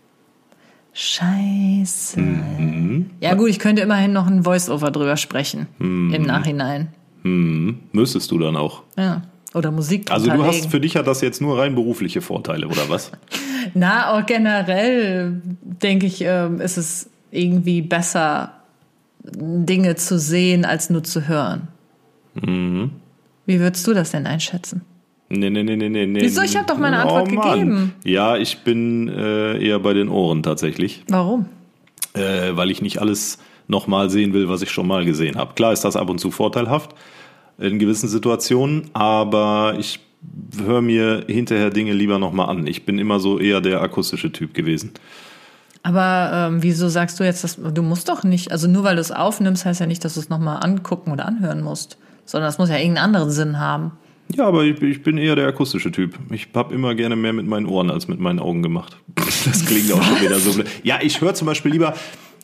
Scheiße. Mhm. Ja gut, ich könnte immerhin noch ein Voice-Over drüber sprechen mhm. im Nachhinein. Mhm. Müsstest du dann auch. Ja. Oder Musik Also du hast, für dich hat das jetzt nur rein berufliche Vorteile, oder was? Na, auch generell denke ich, ist es irgendwie besser, Dinge zu sehen, als nur zu hören. Mhm. Wie würdest du das denn einschätzen? Nee, nee, nee, nee, nee. Wieso? Ich habe doch meine Antwort oh, gegeben. Ja, ich bin äh, eher bei den Ohren tatsächlich. Warum? Äh, weil ich nicht alles nochmal sehen will, was ich schon mal gesehen habe. Klar ist das ab und zu vorteilhaft in gewissen Situationen, aber ich höre mir hinterher Dinge lieber nochmal an. Ich bin immer so eher der akustische Typ gewesen. Aber ähm, wieso sagst du jetzt, dass du musst doch nicht, also nur weil du es aufnimmst, heißt ja nicht, dass du es nochmal angucken oder anhören musst, sondern das muss ja irgendeinen anderen Sinn haben. Ja, aber ich, ich bin eher der akustische Typ. Ich habe immer gerne mehr mit meinen Ohren als mit meinen Augen gemacht. Das klingt auch schon wieder so. Ja, ich höre zum Beispiel lieber,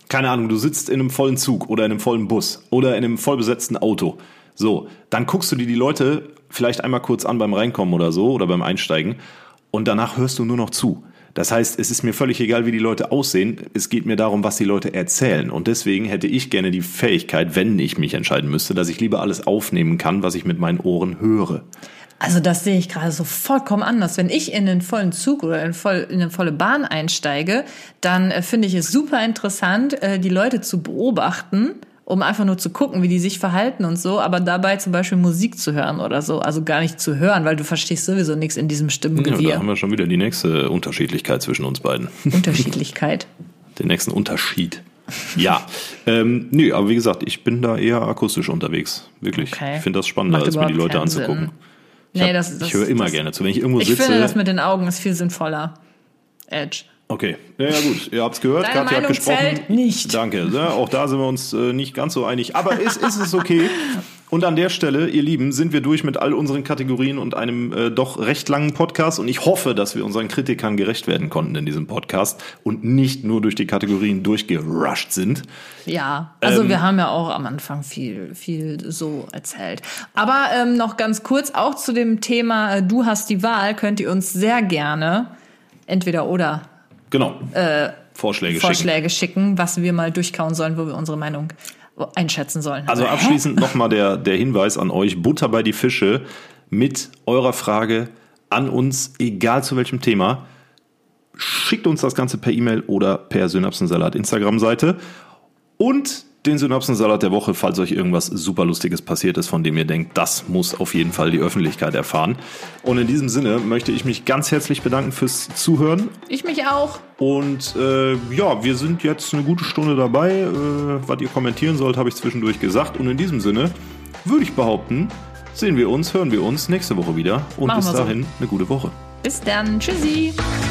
keine Ahnung, du sitzt in einem vollen Zug oder in einem vollen Bus oder in einem vollbesetzten Auto. So, dann guckst du dir die Leute vielleicht einmal kurz an beim Reinkommen oder so oder beim Einsteigen und danach hörst du nur noch zu. Das heißt, es ist mir völlig egal, wie die Leute aussehen. Es geht mir darum, was die Leute erzählen. Und deswegen hätte ich gerne die Fähigkeit, wenn ich mich entscheiden müsste, dass ich lieber alles aufnehmen kann, was ich mit meinen Ohren höre. Also das sehe ich gerade so vollkommen anders. Wenn ich in einen vollen Zug oder in, voll, in eine volle Bahn einsteige, dann äh, finde ich es super interessant, äh, die Leute zu beobachten, um einfach nur zu gucken, wie die sich verhalten und so, aber dabei zum Beispiel Musik zu hören oder so, also gar nicht zu hören, weil du verstehst sowieso nichts in diesem Stimmengewirr. Ja, da haben wir schon wieder die nächste Unterschiedlichkeit zwischen uns beiden. Unterschiedlichkeit? Den nächsten Unterschied. Ja, ähm, nö, aber wie gesagt, ich bin da eher akustisch unterwegs, wirklich. Okay. Ich finde das spannender, Macht als mir die Leute anzugucken. Sinn. Ich, nee, hab, das, das, ich höre immer das, gerne zu, wenn ich irgendwo ich sitze. Ich finde, das mit den Augen ist viel sinnvoller. Edge. Okay, ja, ja gut, ihr habt's gehört, Deine Katja hat gesprochen. Zählt nicht. Danke, ja, auch da sind wir uns äh, nicht ganz so einig, aber ist, ist es okay. Und an der Stelle, ihr Lieben, sind wir durch mit all unseren Kategorien und einem äh, doch recht langen Podcast und ich hoffe, dass wir unseren Kritikern gerecht werden konnten in diesem Podcast und nicht nur durch die Kategorien durchgerusht sind. Ja, also ähm, wir haben ja auch am Anfang viel, viel so erzählt. Aber ähm, noch ganz kurz, auch zu dem Thema, äh, du hast die Wahl, könnt ihr uns sehr gerne entweder oder Genau. Äh, Vorschläge, Vorschläge schicken. schicken, was wir mal durchkauen sollen, wo wir unsere Meinung einschätzen sollen. Also abschließend nochmal der, der Hinweis an euch, Butter bei die Fische mit eurer Frage an uns, egal zu welchem Thema. Schickt uns das Ganze per E-Mail oder per Synapsensalat Instagram-Seite und den Synapsensalat der Woche, falls euch irgendwas super Lustiges passiert ist, von dem ihr denkt, das muss auf jeden Fall die Öffentlichkeit erfahren. Und in diesem Sinne möchte ich mich ganz herzlich bedanken fürs Zuhören. Ich mich auch. Und äh, ja, wir sind jetzt eine gute Stunde dabei. Äh, was ihr kommentieren sollt, habe ich zwischendurch gesagt. Und in diesem Sinne würde ich behaupten, sehen wir uns, hören wir uns nächste Woche wieder. Und Machen bis wir so. dahin eine gute Woche. Bis dann. Tschüssi.